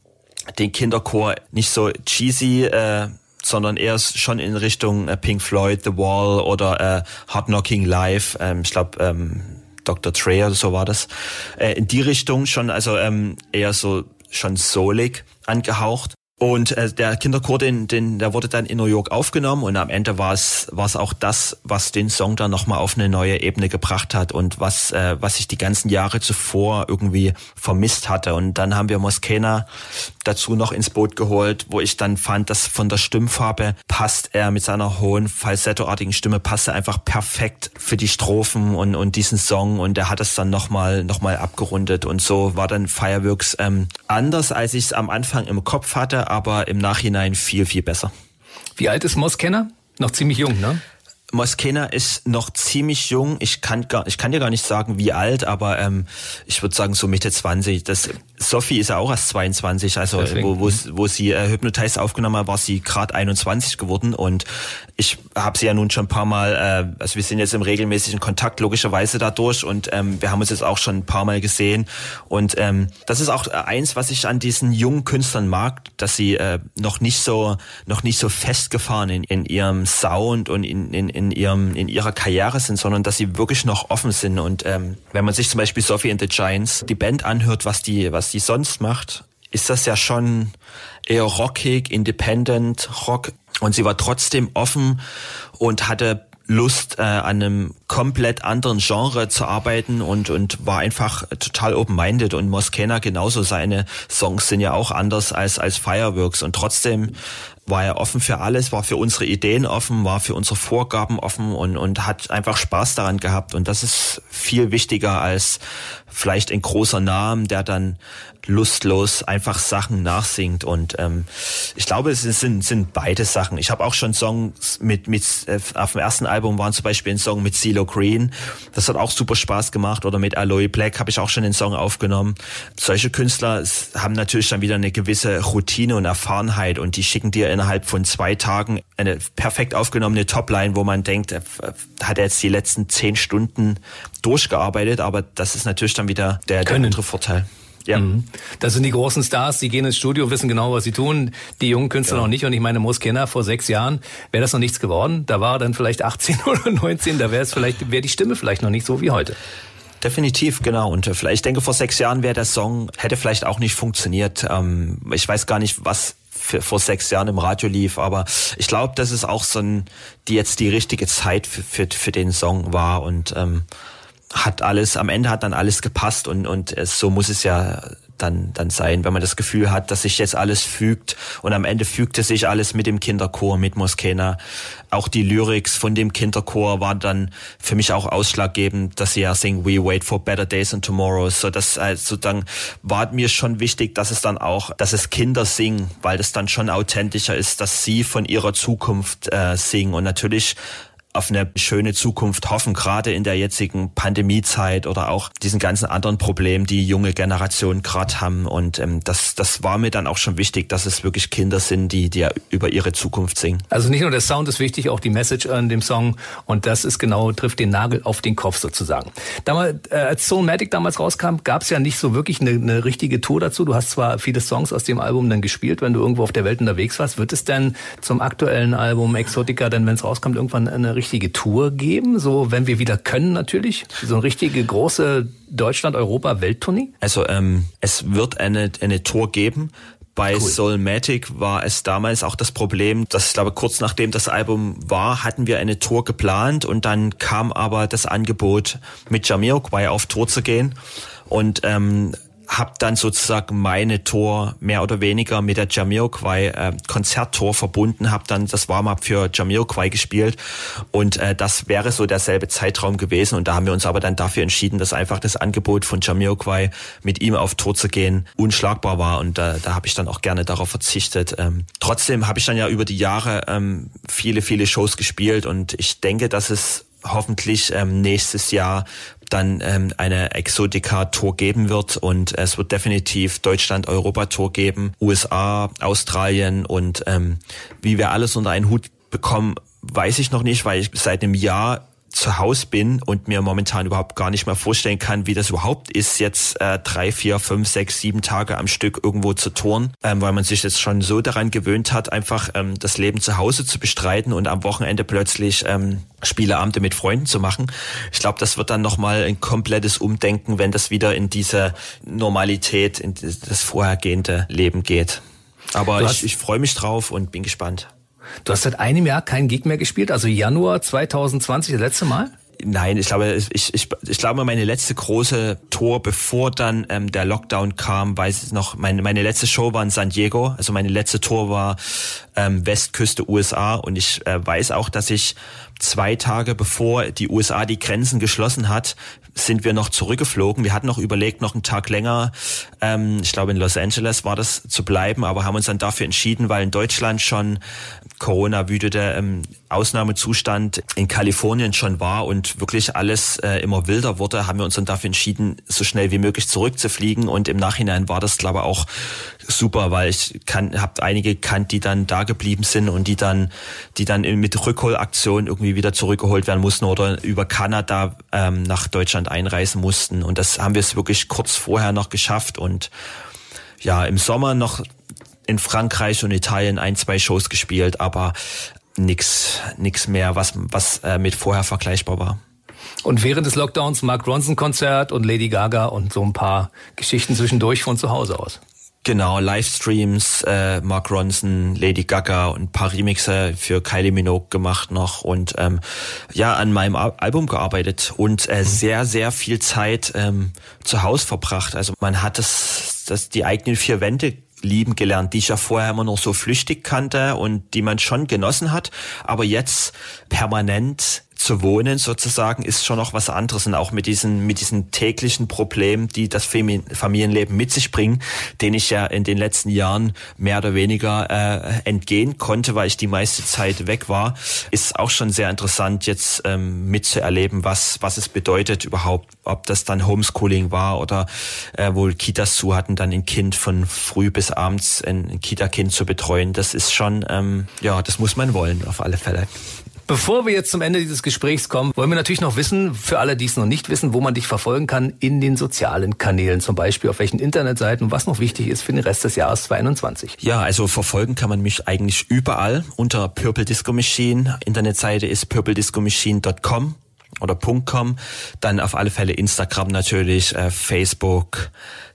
den Kinderchor nicht so cheesy, sondern eher schon in Richtung Pink Floyd, The Wall oder Hard Knocking Live. Ich glaube, Dr. Dre oder so war das. In die Richtung schon, also eher so schon soulig angehaucht. Und der Kinderchor, der wurde dann in New York aufgenommen, und am Ende war es auch das, was den Song dann nochmal auf eine neue Ebene gebracht hat und was ich die ganzen Jahre zuvor irgendwie vermisst hatte. Und dann haben wir Mosquena dazu noch ins Boot geholt, wo ich dann fand, dass von der Stimmfarbe passt er mit seiner hohen, falsettoartigen Stimme, passt er einfach perfekt für die Strophen und diesen Song, und er hat es dann nochmal abgerundet, und so war dann Fireworks anders, als ich es am Anfang im Kopf hatte, aber im Nachhinein viel, viel besser. Wie alt ist Mosquena? Noch ziemlich jung, ne? Mosquena ist noch ziemlich jung. Ich kann dir gar nicht sagen, wie alt, aber ich würde sagen so Mitte 20. Sophie ist ja auch erst 22, also wo sie Hypnotize aufgenommen hat, war sie gerade 21 geworden, und ich habe sie ja nun schon ein paar Mal, also wir sind jetzt im regelmäßigen Kontakt logischerweise dadurch, und wir haben uns jetzt auch schon ein paar Mal gesehen, und das ist auch eins, was ich an diesen jungen Künstlern mag, dass sie noch nicht so festgefahren in ihrem Sound und in ihrer Karriere sind, sondern dass sie wirklich noch offen sind. Und wenn man sich zum Beispiel Sophie and the Giants, die Band, anhört, was die sonst macht, ist das ja schon eher rockig, Independent Rock. Und sie war trotzdem offen und hatte Lust, an einem komplett anderen Genre zu arbeiten und war einfach total open-minded. Und Mosquena genauso, seine Songs sind ja auch anders als Fireworks, und trotzdem war er offen für alles, war für unsere Ideen offen, war für unsere Vorgaben offen und hat einfach Spaß daran gehabt. Und das ist viel wichtiger als vielleicht ein großer Name, der dann lustlos einfach Sachen nachsingt. Und ich glaube, es sind beide Sachen. Ich habe auch schon Songs mit auf dem ersten Album waren zum Beispiel ein Song mit CeeLo Green. Das hat auch super Spaß gemacht. Oder mit Aloe Black habe ich auch schon den Song aufgenommen. Solche Künstler haben natürlich dann wieder eine gewisse Routine und Erfahrenheit, und die schicken dir innerhalb von 2 Tagen eine perfekt aufgenommene Topline, wo man denkt, hat er jetzt die letzten 10 Stunden durchgearbeitet, aber das ist natürlich dann wieder der andere Vorteil. Ja. Das sind die großen Stars, die gehen ins Studio, wissen genau, was sie tun. Die jungen Künstler noch nicht. Und ich meine, Mosquena vor 6 Jahren wäre das noch nichts geworden. Da war er dann vielleicht 18 oder 19. Da wäre die Stimme vielleicht noch nicht so wie heute. Definitiv, genau. Und vielleicht, ich denke, vor 6 Jahren wäre der Song, hätte vielleicht auch nicht funktioniert. Ich weiß gar nicht, was vor 6 Jahren im Radio lief, aber ich glaube, das ist auch die richtige Zeit für den Song war, und am Ende hat dann alles gepasst, und so muss es ja dann sein, wenn man das Gefühl hat, dass sich jetzt alles fügt, und am Ende fügte sich alles mit dem Kinderchor, mit Mosquena. Auch die Lyrics von dem Kinderchor waren dann für mich auch ausschlaggebend, dass sie ja singen, we wait for better days and tomorrows. So, das sozusagen war mir schon wichtig, dass es Kinder singen, weil das dann schon authentischer ist, dass sie von ihrer Zukunft singen, und natürlich auf eine schöne Zukunft hoffen, gerade in der jetzigen Pandemiezeit oder auch diesen ganzen anderen Problemen, die junge Generationen gerade haben. Und das war mir dann auch schon wichtig, dass es wirklich Kinder sind, die über ihre Zukunft singen. Also nicht nur der Sound ist wichtig, auch die Message an dem Song. Und das ist trifft den Nagel auf den Kopf sozusagen. Damals, als Soulmatic damals rauskam, gab es ja nicht so wirklich eine richtige Tour dazu. Du hast zwar viele Songs aus dem Album dann gespielt, wenn du irgendwo auf der Welt unterwegs warst. Wird es denn zum aktuellen Album Exotica dann, wenn es rauskommt, irgendwann eine richtige Tour geben? So, wenn wir wieder können natürlich. So eine richtige große Deutschland-Europa-Welttournee? Also es wird eine Tour geben. Bei Soulmatic war es damals auch das Problem, dass ich glaube, kurz nachdem das Album war, hatten wir eine Tour geplant und dann kam aber das Angebot, mit Jamiroquai auf Tour zu gehen und habe dann sozusagen meine Tour mehr oder weniger mit der Jamiroquai Konzerttour verbunden, habe dann das Warm-up für Jamiroquai gespielt und das wäre so derselbe Zeitraum gewesen und da haben wir uns aber dann dafür entschieden, dass einfach das Angebot von Jamiroquai mit ihm auf Tour zu gehen unschlagbar war und da habe ich dann auch gerne darauf verzichtet. Trotzdem habe ich dann ja über die Jahre viele Shows gespielt und ich denke, dass es hoffentlich nächstes Jahr dann eine Exotica-Tour geben wird und es wird definitiv Deutschland-Europa-Tour geben, USA, Australien und wie wir alles unter einen Hut bekommen, weiß ich noch nicht, weil ich seit einem Jahr zu Hause bin und mir momentan überhaupt gar nicht mehr vorstellen kann, wie das überhaupt ist, jetzt 3, 4, 5, 6, 7 Tage am Stück irgendwo zu touren, weil man sich jetzt schon so daran gewöhnt hat, einfach das Leben zu Hause zu bestreiten und am Wochenende plötzlich Spieleabende mit Freunden zu machen. Ich glaube, das wird dann nochmal ein komplettes Umdenken, wenn das wieder in diese Normalität, in das vorhergehende Leben geht. Aber ich freue mich drauf und bin gespannt. Du hast seit einem Jahr keinen Gig mehr gespielt, also Januar 2020 das letzte Mal? Nein, ich glaube, meine letzte große Tour, bevor dann der Lockdown kam, weiß ich noch, meine letzte Show war in San Diego, also meine letzte Tour war Westküste USA und ich weiß auch, dass ich 2 Tage bevor die USA die Grenzen geschlossen hat, sind wir noch zurückgeflogen. Wir hatten noch überlegt, noch einen Tag länger, ich glaube in Los Angeles war das, zu bleiben, aber haben uns dann dafür entschieden, weil in Deutschland schon Corona-wütete Ausnahmezustand in Kalifornien schon war und wirklich alles immer wilder wurde, haben wir uns dann dafür entschieden, so schnell wie möglich zurückzufliegen und im Nachhinein war das, glaube ich, auch super, weil ich habe einige gekannt, die dann da geblieben sind und die dann mit Rückholaktionen irgendwie wieder zurückgeholt werden mussten oder über Kanada nach Deutschland einreisen mussten und das haben wir es wirklich kurz vorher noch geschafft und ja, im Sommer noch in Frankreich und Italien 1, 2 Shows gespielt, aber nix mehr, was mit vorher vergleichbar war. Und während des Lockdowns Mark Ronson-Konzert und Lady Gaga und so ein paar Geschichten zwischendurch von zu Hause aus. Genau, Livestreams, Mark Ronson, Lady Gaga und ein paar Remixe für Kylie Minogue gemacht noch und an meinem Album gearbeitet und sehr, sehr viel Zeit zu Hause verbracht. Also man hat die eigenen 4 Wände lieben gelernt, die ich ja vorher immer noch so flüchtig kannte und die man schon genossen hat, aber jetzt permanent zu wohnen sozusagen ist schon noch was anderes und auch mit diesen täglichen Problemen, die das Familienleben mit sich bringen, denen ich ja in den letzten Jahren mehr oder weniger entgehen konnte, weil ich die meiste Zeit weg war, ist auch schon sehr interessant jetzt mitzuerleben, was es bedeutet überhaupt, ob das dann Homeschooling war oder wohl Kitas zu hatten, dann ein Kind von früh bis abends ein Kita-Kind zu betreuen. Das ist schon, das muss man wollen auf alle Fälle. Bevor wir jetzt zum Ende dieses Gesprächs kommen, wollen wir natürlich noch wissen, für alle, die es noch nicht wissen, wo man dich verfolgen kann in den sozialen Kanälen, zum Beispiel auf welchen Internetseiten, was noch wichtig ist für den Rest des Jahres 2021. Ja, also verfolgen kann man mich eigentlich überall unter Purple Disco Machine. Internetseite ist purplediscomachine.com oder .com. Dann auf alle Fälle Instagram natürlich, Facebook,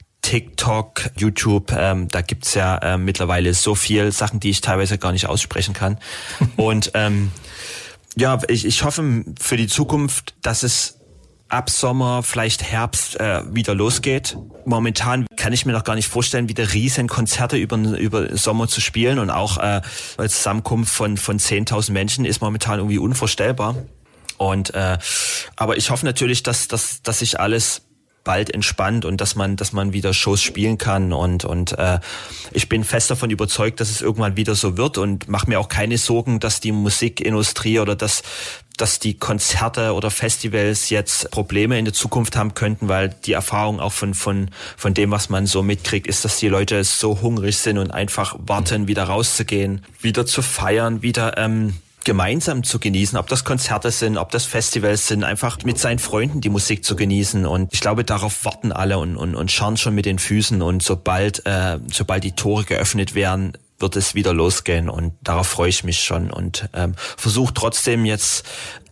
TikTok, YouTube, da gibt's ja mittlerweile so viel Sachen, die ich teilweise gar nicht aussprechen kann. Und ich hoffe für die Zukunft, dass es ab Sommer, vielleicht Herbst wieder losgeht. Momentan kann ich mir noch gar nicht vorstellen, wieder riesen Konzerte über Sommer zu spielen und auch eine Zusammenkunft von 10.000 Menschen ist momentan irgendwie unvorstellbar. Und aber ich hoffe natürlich, dass sich alles bald entspannt und dass man wieder Shows spielen kann und ich bin fest davon überzeugt, dass es irgendwann wieder so wird und mache mir auch keine Sorgen, dass die Musikindustrie oder dass die Konzerte oder Festivals jetzt Probleme in der Zukunft haben könnten, weil die Erfahrung auch von dem, was man so mitkriegt, ist, dass die Leute so hungrig sind und einfach warten, wieder rauszugehen, wieder zu feiern, wieder gemeinsam zu genießen, ob das Konzerte sind, ob das Festivals sind, einfach mit seinen Freunden die Musik zu genießen und ich glaube, darauf warten alle und schauen schon mit den Füßen und sobald die Tore geöffnet werden, wird es wieder losgehen und darauf freue ich mich schon und versuche trotzdem jetzt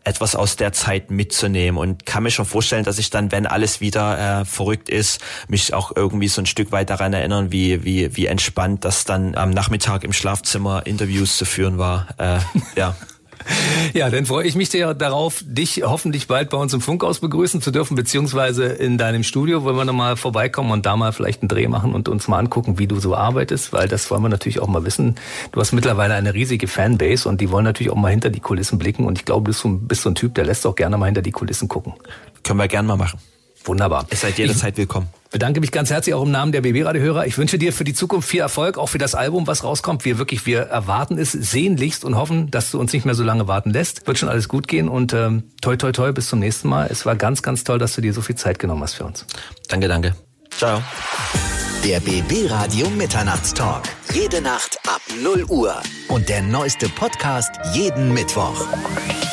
etwas aus der Zeit mitzunehmen und kann mir schon vorstellen, dass ich dann, wenn alles wieder verrückt ist, mich auch irgendwie so ein Stück weit daran erinnern, wie entspannt das dann am Nachmittag im Schlafzimmer Interviews zu führen war. Ja. Ja, dann freue ich mich sehr darauf, dich hoffentlich bald bei uns im Funkhaus begrüßen zu dürfen, beziehungsweise in deinem Studio, wo wir nochmal vorbeikommen und da mal vielleicht einen Dreh machen und uns mal angucken, wie du so arbeitest, weil das wollen wir natürlich auch mal wissen. Du hast mittlerweile eine riesige Fanbase und die wollen natürlich auch mal hinter die Kulissen blicken und ich glaube, du bist so ein Typ, der lässt auch gerne mal hinter die Kulissen gucken. Können wir gerne mal machen. Wunderbar. Ihr seid jederzeit willkommen. Ich bedanke mich ganz herzlich auch im Namen der BB-Radio-Hörer. Ich wünsche dir für die Zukunft viel Erfolg, auch für das Album, was rauskommt. Wir erwarten es sehnlichst und hoffen, dass du uns nicht mehr so lange warten lässt. Wird schon alles gut gehen und toi, toi, toi, bis zum nächsten Mal. Es war ganz, ganz toll, dass du dir so viel Zeit genommen hast für uns. Danke. Ciao. Der BB-Radio Mitternachtstalk. Jede Nacht ab 0 Uhr. Und der neueste Podcast jeden Mittwoch.